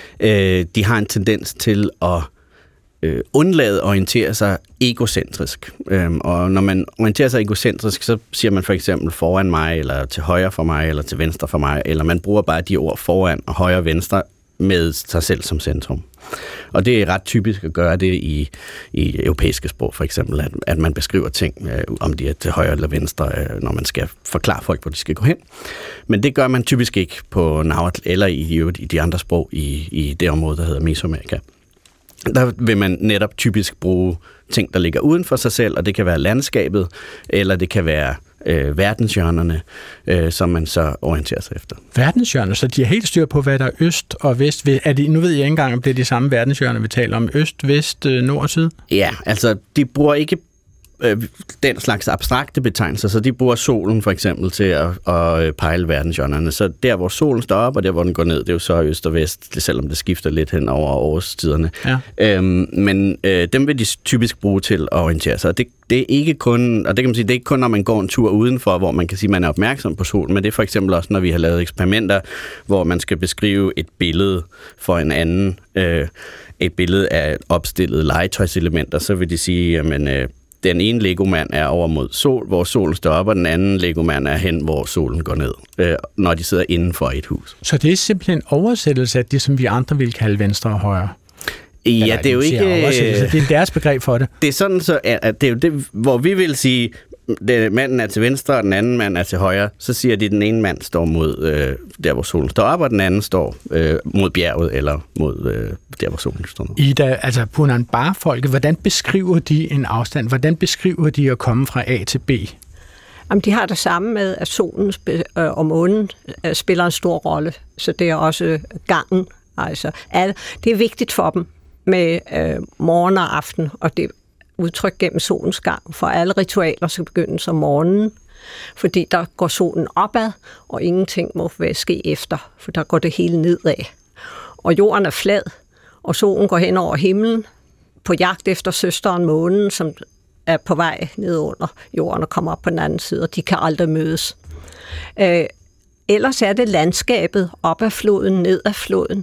D: de har en tendens til at undlade at orientere sig egocentrisk. Og når man orienterer sig egocentrisk, så siger man for eksempel foran mig, eller til højre for mig, eller til venstre for mig, eller man bruger bare de ord foran og højre og venstre med sig selv som centrum. Og det er ret typisk at gøre det i europæiske sprog, for eksempel, at man beskriver ting, om de er til højre eller venstre, når man skal forklare folk, hvor de skal gå hen. Men det gør man typisk ikke på nahuatl eller i de andre sprog i det område, der hedder Mesoamerika. Der vil man netop typisk bruge ting, der ligger uden for sig selv, og det kan være landskabet, eller det kan være verdenshjørnerne, som man så orienterer sig efter.
C: Verdenshjørner, så de er helt styr på, hvad der er øst og vest. Nu ved jeg ikke engang, om det er de samme verdenshjørner, vi taler om. Øst, vest, nord og syd?
D: Ja, altså de bruger ikke den slags abstrakte betegnelser, så de bruger solen for eksempel til at pejle verdenshjørnerne. Så der, hvor solen står op, og der, hvor den går ned, det er jo så øst og vest, selvom det skifter lidt hen over årstiderne. Ja. Men dem vil de typisk bruge til at orientere sig. Det er ikke kun, og det kan man sige, det er ikke kun, når man går en tur udenfor, hvor man kan sige, at man er opmærksom på solen, men det er for eksempel også, når vi har lavet eksperimenter, hvor man skal beskrive et billede for en anden, et billede af opstillede legetøjselementer, så vil de sige, jamen, den ene legomand er over mod sol, hvor solen står op, og den anden legomand er hen, hvor solen går ned, når de sidder inden for et hus.
C: Så det er simpelthen en oversættelse af det, som vi andre vil kalde venstre og højre?
D: Ja, det er jo ikke...
C: Det er deres begreb for det.
D: Det er sådan, så, at det er jo det, hvor vi vil sige, at manden er til venstre, og den anden mand er til højre. Så siger de, at den ene mand står mod der, hvor solen står op, og den anden står mod bjerget, eller mod der, hvor solen står ned.
C: Ida, altså Punan Bar-folket, hvordan beskriver de en afstand? Hvordan beskriver de at komme fra A til B?
A: Jamen, de har det samme med, at solen og månen spiller en stor rolle. Så det er også gangen. Altså, det er vigtigt for dem med morgen og aften, og det udtryk gennem solens gang, for alle ritualer skal begyndes om morgenen, fordi der går solen opad, og ingenting må ske efter, for der går det hele nedad. Og jorden er flad, og solen går hen over himlen på jagt efter søsteren månen, som er på vej ned under jorden og kommer op på den anden side, og de kan aldrig mødes. Ellers er det landskabet op ad floden, ned ad floden,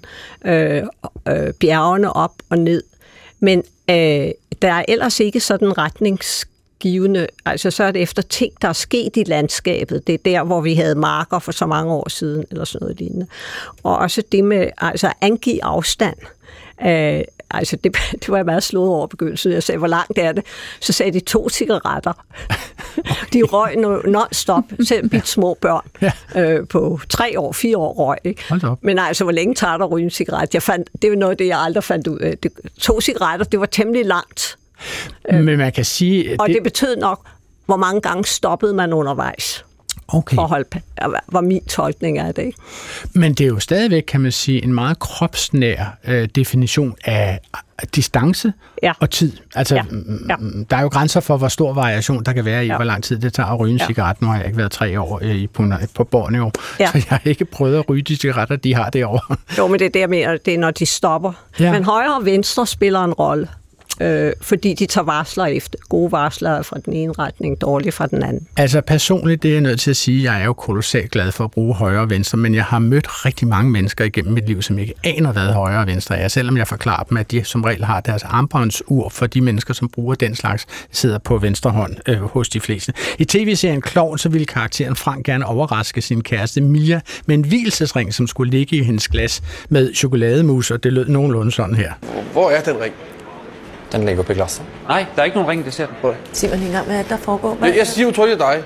A: bjergene op og ned. Men der er ellers ikke sådan retningsgivende, altså så er det efter ting, der er sket i landskabet. Det er der, hvor vi havde marker for så mange år siden, eller sådan noget lignende. Og også det med altså angive afstand. Altså det var jeg meget slået over begyndelsen. Jeg sagde, hvor langt er det? Så sagde de 2 cigaretter. De røg non-stop, selv mit små børn. På 3 år, 4 år røg. Ikke? Men altså, hvor længe tager der at ryge en cigaret? Det var noget af det, jeg aldrig fandt ud af. 2 cigaretter, det var temmelig langt.
C: Men man kan sige...
A: Og det betød nok, hvor mange gange stoppede man undervejs. forhold, var min tolkning af det.
C: Men det er jo stadigvæk, kan man sige, en meget kropsnær definition af distance og tid. Altså, der er jo grænser for, hvor stor variation der kan være i, hvor lang tid det tager at ryge en cigaret. Nu har jeg ikke været 3 år på Borneo, så jeg har ikke prøvet at ryge de cigaretter, de har derovre.
A: Jo, men det er det, jeg mener, det er, når de stopper. Ja. Men højre og venstre spiller en rolle. Fordi de tager varsler efter. Gode varsler fra den ene retning, dårlige fra den anden.
C: Altså personligt, det er jeg nødt til at sige, jeg er jo kolossalt glad for at bruge højre og venstre, men jeg har mødt rigtig mange mennesker igennem mit liv, som ikke aner, hvad højre og venstre er, selvom jeg forklarer dem, at de som regel har deres armbåndsur, for de mennesker, som bruger den slags, sidder på venstre hånd hos de fleste. I tv-serien Klovn, så ville karakteren Frank gerne overraske sin kæreste Mia med en vielsesring, som skulle ligge i hendes glas med chokolademus, og det lød nogenlunde sådan her.
L: Hvor er den ring?
M: Den ligger på glasset.
L: Nej, der er ikke nogen ring, det ser den på dig.
N: Sig mig lige engang, hvad der foregår.
L: Jeg siger udtrykket dig.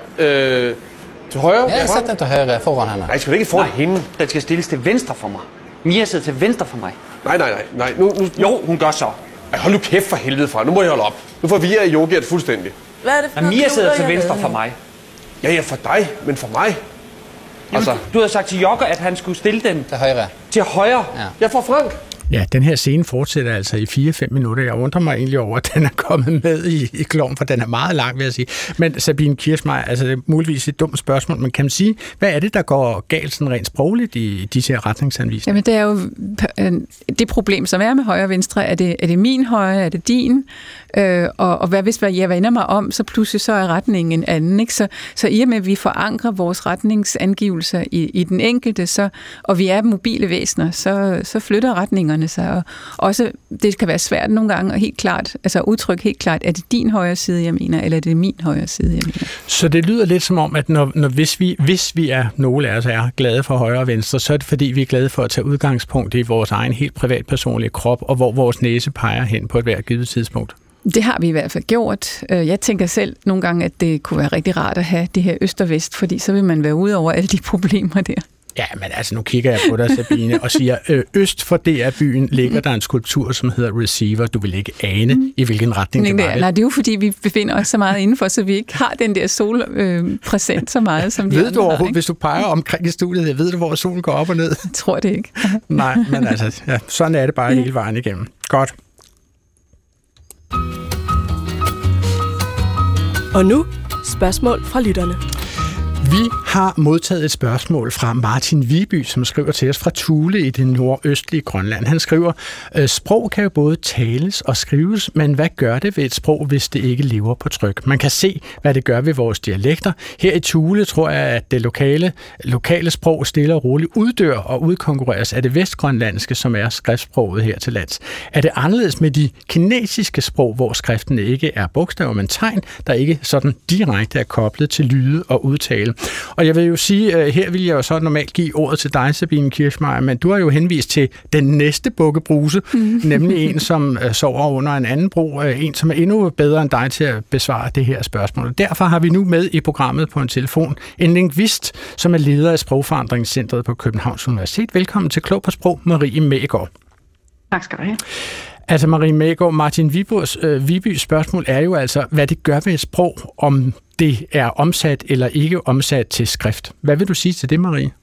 L: Til højre?
M: Ja, sæt den til højre foran hende.
L: Nej, skal du ikke foran hende?
O: Den skal stilles til venstre for mig. Mia sidder til venstre for mig.
L: Nej. Nu.
O: Jo, hun gør så.
L: Ej, hold nu kæft for helvede fra. Nu må jeg holde op. Nu forvirrer jeg yoghurt fuldstændig.
N: Hvad er det for noget?
O: Mia sidder til venstre for mig.
L: Ja, for dig, men for mig.
O: Altså, du havde sagt til Jokker, at han skulle stille den
M: til højre.
O: Til højre?
L: Ja. Jeg får Frank.
C: Ja, den her scene fortsætter altså i 4-5 minutter. Jeg undrer mig egentlig over, at den er kommet med i Klovn, for den er meget lang, vil jeg sige. Men Sabine Kirschmeier, altså det er muligvis et dumt spørgsmål, men kan man sige, hvad er det, der går galt sådan rent sprogligt i disse her retningsanvisninger?
E: Jamen det er jo det problem, som er med højre og venstre. Er det min højre? Er det din? Og hvad hvis jeg vender mig om, så pludselig så er retningen en anden. Ikke? Så i og med, at vi forankrer vores retningsangivelser i den enkelte, og vi er mobile væsener, så flytter retningerne sig. Og også, det kan være svært nogle gange, og helt klart, altså udtryk helt klart, er det din højre side, jeg mener, eller er det min højre side, jeg mener.
C: Så det lyder lidt som om, at hvis vi er, nogle af os er glade for højre og venstre, så er det fordi, vi er glade for at tage udgangspunkt i vores egen helt privatpersonlige krop, og hvor vores næse peger hen på et hvert givet tidspunkt.
E: Det har vi i hvert fald gjort. Jeg tænker selv nogle gange, at det kunne være rigtig rart at have det her øst og vest, fordi så vil man være ude over alle de problemer der.
C: Ja, men altså nu kigger jeg på dig, Sabine, og siger, øst for DR-byen ligger der en skulptur, som hedder Receiver. Du vil ikke ane, i hvilken retning det var.
E: Nej, det er jo fordi, vi befinder os så meget indenfor, så vi ikke har den der solpræsent så meget, som de
C: ved du overhovedet, hvis du peger omkring i studiet, ved du, hvor solen går op og ned?
E: Jeg tror det ikke.
C: Nej, men altså, ja, sådan er det bare hele vejen igennem. Godt.
I: Og nu, spørgsmål fra lytterne.
C: Vi har modtaget et spørgsmål fra Martin Viby, som skriver til os fra Thule i det nordøstlige Grønland. Han skriver, sprog kan jo både tales og skrives, men hvad gør det ved et sprog, hvis det ikke lever på tryk? Man kan se, hvad det gør ved vores dialekter. Her i Thule tror jeg, at det lokale sprog stille og roligt uddør og udkonkurreres af det vestgrønlandske, som er skriftsproget her til lands. Er det anderledes med de kinesiske sprog, hvor skriften ikke er bogstaver, men tegn, der ikke sådan direkte er koblet til lyde og udtale? Og jeg vil jo sige, her vil jeg jo så normalt give ordet til dig, Sabine Kirschmeier, men du har jo henvist til den næste bukkebruse, nemlig en, som sover under en anden bro, en, som er endnu bedre end dig til at besvare det her spørgsmål. Derfor har vi nu med i programmet på en telefon en lingvist, som er leder af Sprogforandringscentret på Københavns Universitet. Velkommen til Klog på Sprog, Marie Mægaard.
P: Tak skal du have.
C: Altså Marie Mægaard, Martin Vibys spørgsmål er jo altså, hvad det gør ved et sprog, om det er omsat eller ikke omsat til skrift. Hvad vil du sige til det, Marie?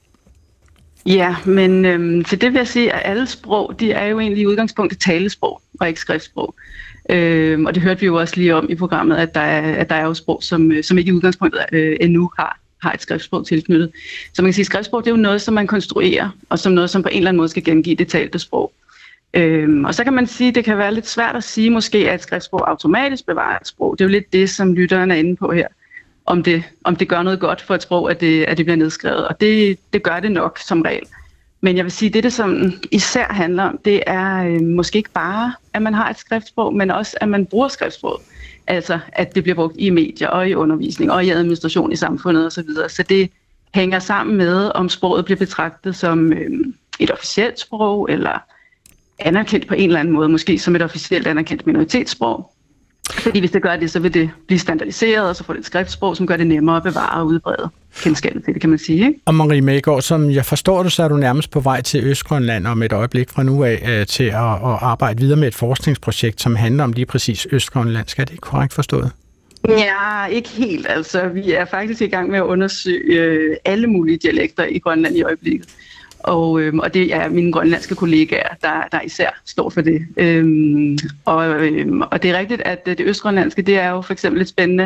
P: Ja, men til det vil jeg sige, at alle sprog, de er jo egentlig i udgangspunktet talesprog og ikke skriftsprog. Og det hørte vi jo også lige om i programmet, at der er jo sprog, som ikke i udgangspunktet endnu har et skriftsprog tilknyttet. Så man kan sige, at skriftsprog, det er jo noget, som man konstruerer, og som noget, som på en eller anden måde skal gengive det talte sprog. Og så kan man sige, at det kan være lidt svært at sige måske, at et skriftsprog automatisk bevarer et sprog. Det er jo lidt det, som lytteren er inde på her. Om det gør noget godt for et sprog, at det bliver nedskrevet. Og det gør det nok som regel. Men jeg vil sige, det som især handler om, det er måske ikke bare, at man har et skriftsprog, men også, at man bruger skriftsprog. Altså, at det bliver brugt i medier og i undervisning og i administration i samfundet osv. Så det hænger sammen med, om sproget bliver betragtet som et officielt sprog, eller anerkendt på en eller anden måde, måske som et officielt anerkendt minoritetssprog. Fordi hvis det gør det, så vil det blive standardiseret, og så får det et skriftsprog, som gør det nemmere at bevare og udbrede kendskabet til det, kan man sige. Ikke?
C: Og Marie Mægaard, som jeg forstår det, så er du nærmest på vej til Østgrønland om et øjeblik fra nu af til at arbejde videre med et forskningsprojekt, som handler om lige præcis Østgrønland. Skal det ikke korrekt forstået?
P: Ja, ikke helt. Altså, vi er faktisk i gang med at undersøge alle mulige dialekter i Grønland i øjeblikket. Og det er mine grønlandske kollegaer, der især står for det. Og det er rigtigt, at det østgrønlandske, det er jo for eksempel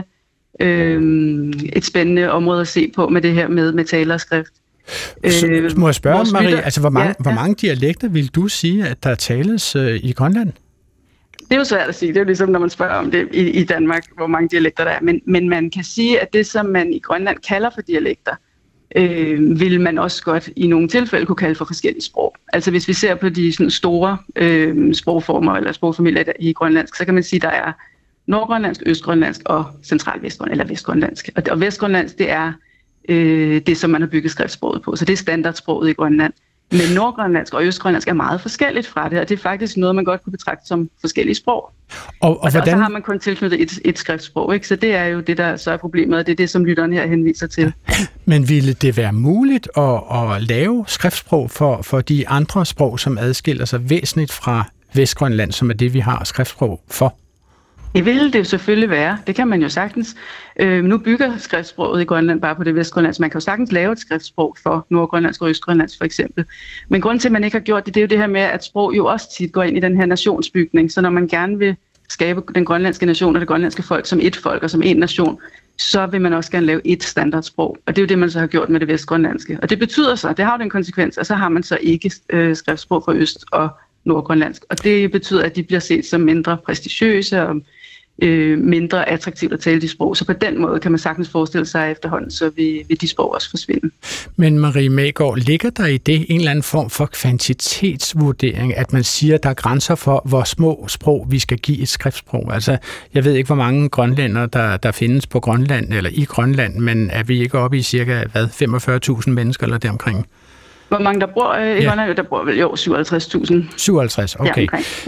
P: et spændende område at se på med det her med tale og skrift.
C: Så må jeg spørge, Marie, altså hvor mange dialekter vil du sige, at der tales i Grønland?
P: Det er jo svært at sige. Det er jo ligesom, når man spørger om det i Danmark, hvor mange dialekter der er. Men man kan sige, at det, som man i Grønland kalder for dialekter, vil man også godt i nogle tilfælde kunne kalde for forskellige sprog. Altså hvis vi ser på de sådan store sprogformer eller sprogfamilier i grønlandsk, så kan man sige, at der er nordgrønlandsk, østgrønlandsk og centralvestgrønlandsk eller vestgrønlandsk. Og vestgrønlandsk, det er det, som man har bygget skriftsproget på. Så det er standardsproget i Grønland. Men nordgrønlandsk og østgrønlandsk er meget forskelligt fra det, og det er faktisk noget, man godt kunne betragte som forskellige sprog. Og hvordan... så har man kun tilknyttet et skriftsprog, ikke? Så det er jo det, der så er problemet, og det er det, som lytteren her henviser til.
C: Men ville det være muligt at lave skriftsprog for de andre sprog, som adskiller sig væsentligt fra Vestgrønland, som er det, vi har skriftsprog for?
P: Det ville det jo selvfølgelig være. Det kan man jo sagtens. Nu bygger skriftsproget i Grønland bare på det vestgrønlandske. Man kan jo sagtens lave et skriftsprog for nordgrønlandsk og østgrønlandsk for eksempel. Men grunden til, at man ikke har gjort det, det er jo det her med, at sprog jo også tit går ind i den her nationsbygning. Så når man gerne vil skabe den grønlandske nation og det grønlandske folk som et folk og som en nation, så vil man også gerne lave et standardsprog. Og det er jo det, man så har gjort med det vestgrønlandske. Og det betyder så, det har jo den konsekvens, at så har man så ikke skriftsprog for øst og nordgrønlandsk. Og det betyder, at de bliver set som mindre prestigiøse og mindre attraktivt at tale de sprog. Så på den måde kan man sagtens forestille sig efterhånden, så vil de sprog også forsvinde.
C: Men Marie Maegaard, ligger der i det en eller anden form for kvantitetsvurdering, at man siger, at der er grænser for, hvor små sprog vi skal give et skriftsprog? Altså, jeg ved ikke, hvor mange grønlændere, der findes på Grønland eller i Grønland, men er vi ikke oppe i cirka 45.000 mennesker eller deromkring?
P: Hvor mange der bor i Grønland? Der bor vel jo 57.000.
C: 57, okay.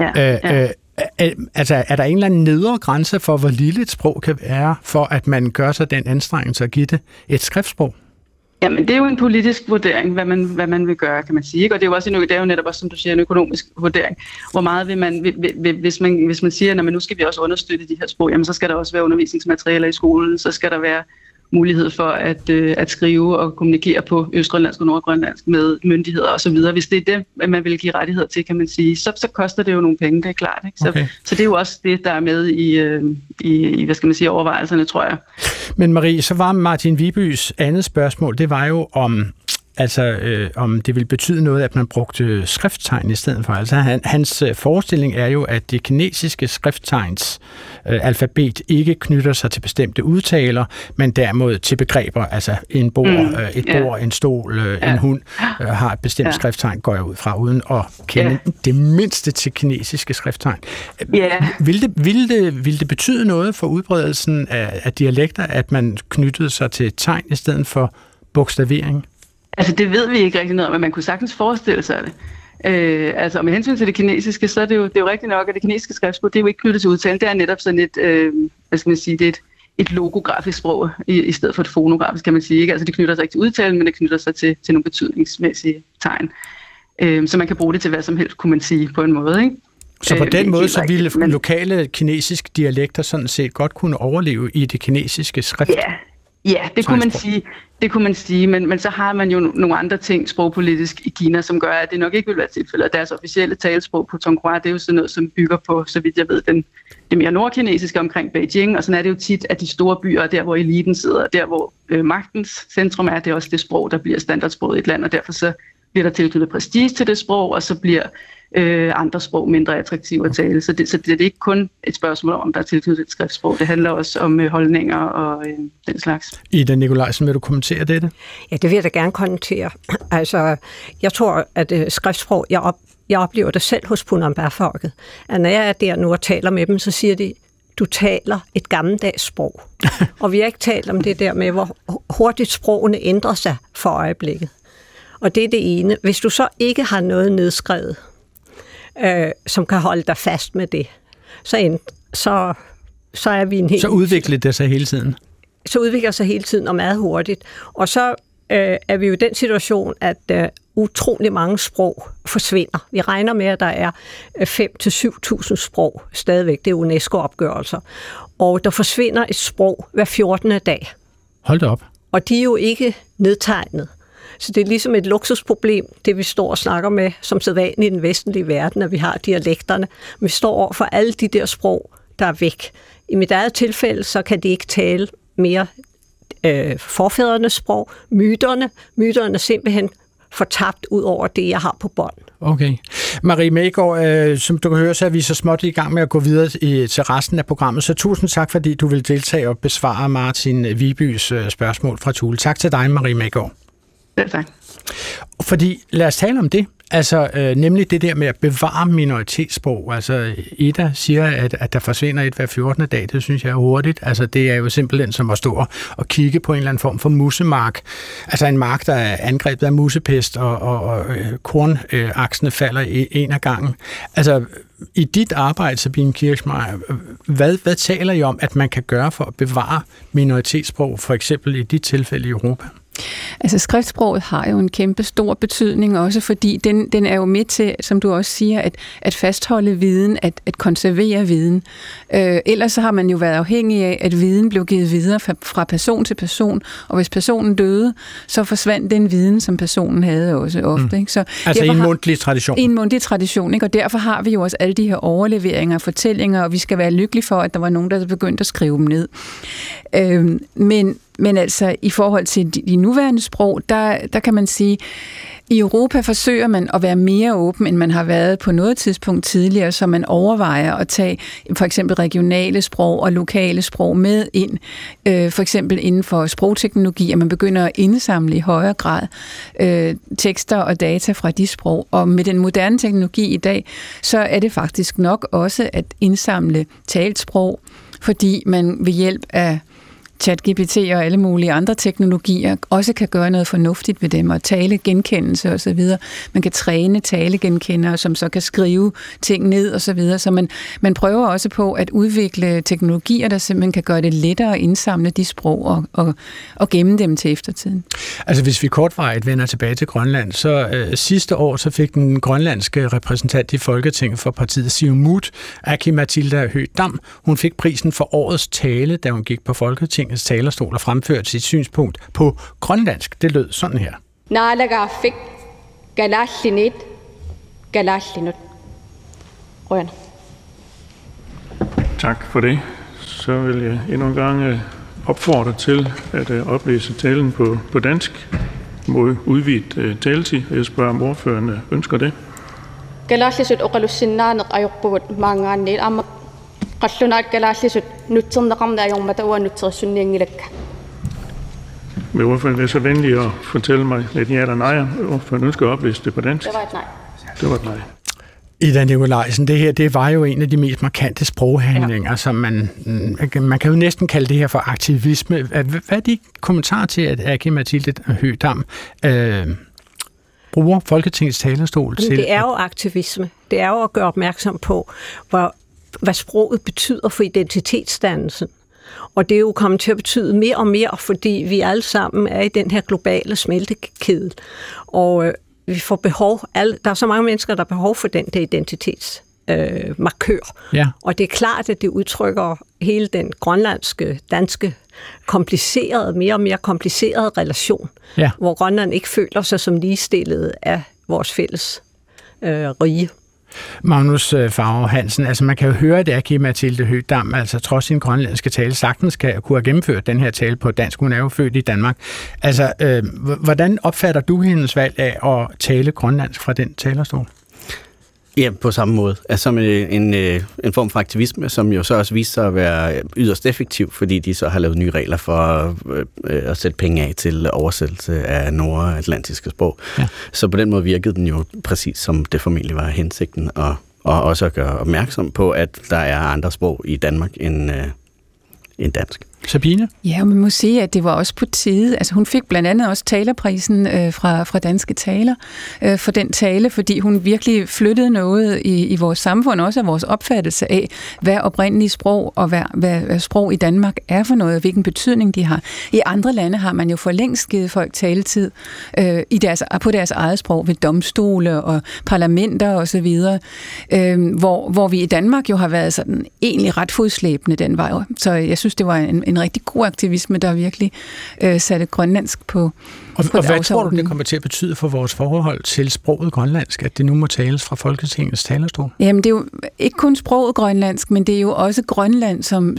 C: Altså, er der en eller anden nedre grænse for, hvor lille et sprog kan være, for at man gør sig den anstrengelse at give det et skriftsprog?
P: Jamen, det er jo en politisk vurdering, hvad man vil gøre, kan man sige. Og det er jo også det er jo netop også, som du siger, en økonomisk vurdering. Hvor meget vil man, hvis man siger, at nu skal vi også understøtte de her sprog, jamen så skal der også være undervisningsmaterialer i skolen, så skal der være mulighed for at skrive og kommunikere på østgrønlandsk og nordgrønlandsk med myndigheder og så videre. Hvis det er det, man vil give rettigheder til, kan man sige, så koster det jo nogle penge, det er klart. Ikke? Okay. Så det er jo også det, der er med i hvad skal man sige, overvejelserne, tror jeg. Men
C: Marie, så var Martin Viebys andet spørgsmål, det var jo om det vil betyde noget, at man brugte skrifttegn i stedet for. Altså hans forestilling er jo, at det kinesiske skrifttegns alfabet ikke knytter sig til bestemte udtaler, men derimod til begreber, altså et bord, en stol, en hund, har et bestemt skrifttegn, går jeg ud fra, uden at kende det mindste til kinesiske skrifttegn. Vil det betyde noget for udbredelsen af dialekter, at man knyttede sig til tegn i stedet for bogstavering?
P: Altså det ved vi ikke rigtig noget, men man kunne sagtens forestille sig det. Altså med hensyn til det kinesiske, så er det jo rigtigt nok, at det kinesiske skriftsprog, det er jo ikke knyttet til udtalen. Det er netop sådan et, hvad skal man sige, det er et logografisk sprog, i stedet for et fonografisk, kan man sige. Ikke? Altså det knytter sig ikke til udtalen, men det knytter sig til nogle betydningsmæssige tegn. Så man kan bruge det til hvad som helst, kunne man sige på en måde, ikke?
C: Så på den måde, så ville lokale kinesiske dialekter sådan set godt kunne overleve i det kinesiske skrift?
P: Ja, det kunne man sige, men så har man jo nogle andre ting sprogpolitisk i Kina, som gør, at det nok ikke vil være tilfældet. Deres officielle talesprog på Tonghua, det er jo sådan noget, som bygger på, så vidt jeg ved, det mere nordkinesiske omkring Beijing, og sådan er det jo tit, at de store byer, der hvor eliten sidder, der hvor magtens centrum er, det er også det sprog, der bliver standardsproget i et land, og derfor så bliver der tilknyttet prestige til det sprog, og så bliver andre sprog mindre attraktive at tale. Så det er ikke kun et spørgsmål om der er tilknyttet et skriftsprog. Det handler også om holdninger og den slags.
C: Ida Nikolajsen, vil du kommentere dette?
A: Ja, det vil jeg da gerne kommentere. Altså, jeg tror, at skriftsprog, jeg oplever det selv hos Punambær-folket, at når jeg er der nu og taler med dem, så siger de, du taler et gammeldags sprog. Og vi har ikke talt om det der med, hvor hurtigt sprogene ændrer sig for øjeblikket. Og det er det ene. Hvis du så ikke har noget nedskrevet, som kan holde dig fast med det, så er vi en helt...
C: Så udvikler det sig hele tiden?
A: Så udvikler sig hele tiden og meget hurtigt. Og så er vi jo i den situation, at utrolig mange sprog forsvinder. Vi regner med, at der er 5.000-7.000 sprog stadigvæk. Det er UNESCO-opgørelser. Og der forsvinder et sprog hver 14. dag.
C: Hold da op.
A: Og de er jo ikke nedtegnet. Så det er ligesom et luksusproblem, det vi står og snakker med, som sædvanligt i den vestlige verden, at vi har dialekterne. Men vi står over for alle de der sprog, der er væk. I mit eget tilfælde, så kan de ikke tale mere forfædrenes sprog. Myterne er simpelthen fortabt ud over det, jeg har på bånd.
C: Okay. Marie Maegaard, som du kan høre, så er vi så småt i gang med at gå videre til resten af programmet. Så tusind tak, fordi du vil deltage og besvare Martin Vigbys spørgsmål fra Thule. Tak til dig, Marie Maegaard.
P: Ja, tak.
C: Fordi, lad os tale om det. Altså, nemlig det der med at bevare minoritetssprog. Altså, Ida siger, at der forsvinder et hver 14. dag. Det synes jeg er hurtigt. Altså, det er jo simpelthen som at stå og kigge på en eller anden form for musemark. Altså, en mark, der er angrebet af musepest, og kornaksene falder en af gangen. Altså, i dit arbejde, Sabine Kirchmeier, hvad taler I om, at man kan gøre for at bevare minoritetssprog, for eksempel i dit tilfælde i Europa?
E: Altså skriftsproget har jo en kæmpe stor betydning også, fordi den er jo med til, som du også siger, at fastholde viden, at konservere viden. Ellers så har man jo været afhængig af, at viden blev givet videre fra person til person, og hvis personen døde, så forsvandt den viden, som personen havde også ofte. Ikke? Så
C: altså i en mundtlig tradition?
E: I en mundtlig tradition, ikke? Og derfor har vi jo også alle de her overleveringer og fortællinger, og vi skal være lykkelige for, at der var nogen, der begyndte at skrive dem ned. Men altså, i forhold til de nuværende sprog, der kan man sige, i Europa forsøger man at være mere åben, end man har været på noget tidspunkt tidligere, så man overvejer at tage for eksempel regionale sprog og lokale sprog med ind, for eksempel inden for sprogteknologi, at man begynder at indsamle i højere grad tekster og data fra de sprog. Og med den moderne teknologi i dag, så er det faktisk nok også at indsamle talt sprog, fordi man ved hjælp af ChatGPT og alle mulige andre teknologier også kan gøre noget fornuftigt ved dem, og talegenkendelse og så videre. Man kan træne talegenkendere, som så kan skrive ting ned og så videre. Så man prøver også på at udvikle teknologier, der simpelthen kan gøre det lettere at indsamle de sprog og gemme dem til eftertiden.
C: Altså hvis vi kortvarigt vender tilbage til Grønland, så sidste år så fik den grønlandske repræsentant i Folketinget for partiet Siumut, Aki-Matilda Høegh Dam, hun fik prisen for årets tale, da hun gik på Folketinget talerstol og fremførte sit synspunkt på grønlandsk. Det lød sådan her.
Q: Naalagaafik galallinit galallinut. Røn.
R: Tak for det. Så vil jeg endnu en gang opfordre til at oplæse talen på dansk mod udvidet taletid. Jeg spørger, om ordføreren ønsker det.
Q: Galallisut oqalussinnaanaq ajorpugut maangaanniit amma qallunaat galallisut nutserneqarna ajormataua nutsersunniangilakka.
R: Vil ordføreren være så venlig at fortælle mig lidt ja eller nej, ordføreren ønsker at oplæse det på dansk?
Q: Det var et nej.
R: Det var et nej.
C: Ida Nikolajsen, det var jo en af de mest markante sproghandlinger, som man kan jo næsten kalde det her for aktivisme. Hvad er de kommentarer til, at Aki-Matilda Høegh Dam bruger Folketingets talerstol til?
A: Det er jo aktivisme. Det er jo at gøre opmærksom på, hvad sproget betyder for identitetsdannelsen. Og det er jo kommet til at betyde mere og mere, fordi vi alle sammen er i den her globale smeltekæde. Og vi får behov, der er så mange mennesker, der har behov for den der identitetsmarkør.
C: Ja.
A: Og det er klart, at det udtrykker hele den grønlandske, danske, mere og mere komplicerede relation, hvor Grønland ikke føler sig som ligestillet af vores fælles rige.
C: Magnus Farve Hansen, altså man kan jo høre, at Aki-Matilda Høegh Dam, altså trods sin grønlandske tale, sagtens kunne have gennemført den her tale på dansk. Hun er jo født i Danmark. Altså, hvordan opfatter du hendes valg af at tale grønlandsk fra den talerstol?
D: Ja, på samme måde. Altså en form for aktivisme, som jo så også viser sig at være yderst effektiv, fordi de så har lavet nye regler for at sætte penge af til oversættelse af nordatlantiske sprog. Ja. Så på den måde virkede den jo præcis som det formentlig var hensigten, og også at gøre opmærksom på, at der er andre sprog i Danmark end dansk.
C: Sabine?
E: Ja, man må sige, at det var også på tide. Altså, hun fik blandt andet også talerprisen fra Danske Taler for den tale, fordi hun virkelig flyttede noget i vores samfund, også af vores opfattelse af, hvad oprindelige sprog og hvad sprog i Danmark er for noget, og hvilken betydning de har. I andre lande har man jo for længst givet folk taletid på deres eget sprog ved domstole og parlamenter og så videre, hvor vi i Danmark jo har været sådan egentlig ret fodslæbende den vej. Så jeg synes, det var en rigtig god aktivisme, der virkelig satte grønlandsk på
C: Og hvad tror du, det kommer til at betyde for vores forhold til sproget grønlandsk, at det nu må tales fra Folketingets talerstol?
E: Jamen, det er jo ikke kun sproget grønlandsk, men det er jo også Grønland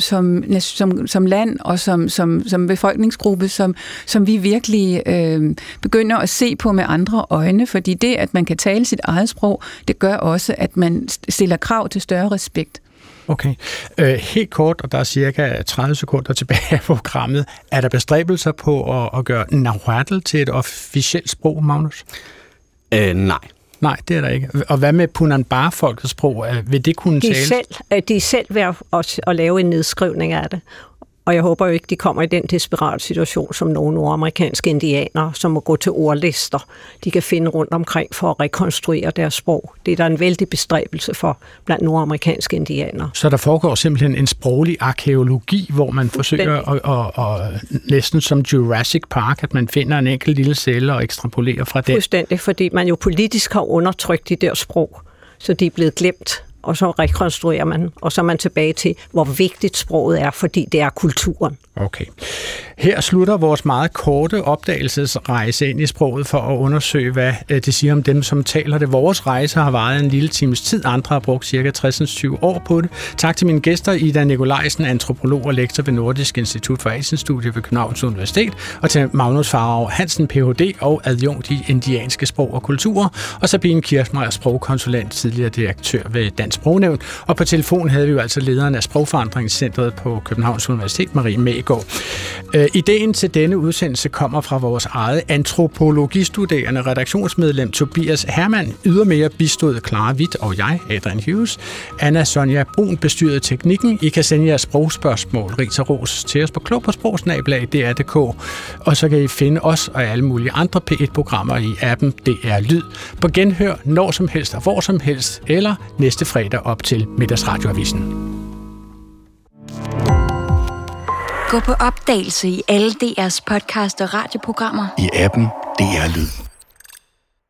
E: som land og som befolkningsgruppe, som vi virkelig begynder at se på med andre øjne, fordi det, at man kan tale sit eget sprog, det gør også, at man stiller krav til større respekt.
C: Okay. Helt kort, og der er cirka 30 sekunder tilbage af programmet. Er der bestræbelser på at gøre Nahuatl til et officielt sprog, Magnus?
D: Nej.
C: Nej, det er der ikke. Og hvad med Punanbar-folkets sprog? Vil det kunne tales?
A: De er selv ved at lave en nedskrivning af det. Og jeg håber jo ikke, de kommer i den desperate situation, som nogle nordamerikanske indianere, som må gå til ordlister, de kan finde rundt omkring for at rekonstruere deres sprog. Det er der en vældig bestræbelse for blandt nordamerikanske indianere.
C: Så der foregår simpelthen en sproglig arkæologi, hvor man forsøger at næsten som Jurassic Park, at man finder en enkelt lille celle og ekstrapolerer fra den.
A: Fuldstændig, fordi man jo politisk har undertrykt de der sprog, så de er blevet glemt. Og så rekonstruerer man, og så er man tilbage til, hvor vigtigt sproget er, fordi det er kulturen.
C: Okay. Her slutter vores meget korte opdagelsesrejse ind i sproget for at undersøge, hvad det siger om dem, som taler det. Vores rejse har varet en lille times tid. Andre har brugt ca. 60-20 år på det. Tak til mine gæster, Ida Nikolajsen, antropolog og lektor ved Nordisk Institut for Asienstudier ved Københavns Universitet, og til Magnus Farag Hansen, Ph.D. og adjunkt i indianske sprog og kulturer, og Sabine Kirchmeier, sprogkonsulent, tidligere direktør ved Dansk Sprognævn. Og på telefon havde vi jo altså lederen af Sprogforandringscentret på Københavns Universitet, Marie Mægaard. Ideen til denne udsendelse kommer fra vores eget antropologistuderende redaktionsmedlem Tobias Hermann. Ydermere bistod Clara Witt og jeg, Adrian Hughes. Anna Sonja Brun bestyrede teknikken. I kan sende jeres sprogspørgsmål, ris og ros til os på klog-på-sprog@dr.dk. Og så kan I finde os og alle mulige andre P1-programmer i appen DR Lyd. På genhør når som helst og hvor som helst, eller næste fredag op til Middagsradioavisen.
S: Gå på opdagelse i alle DR's podcast og radioprogrammer.
T: I appen DR Lyd.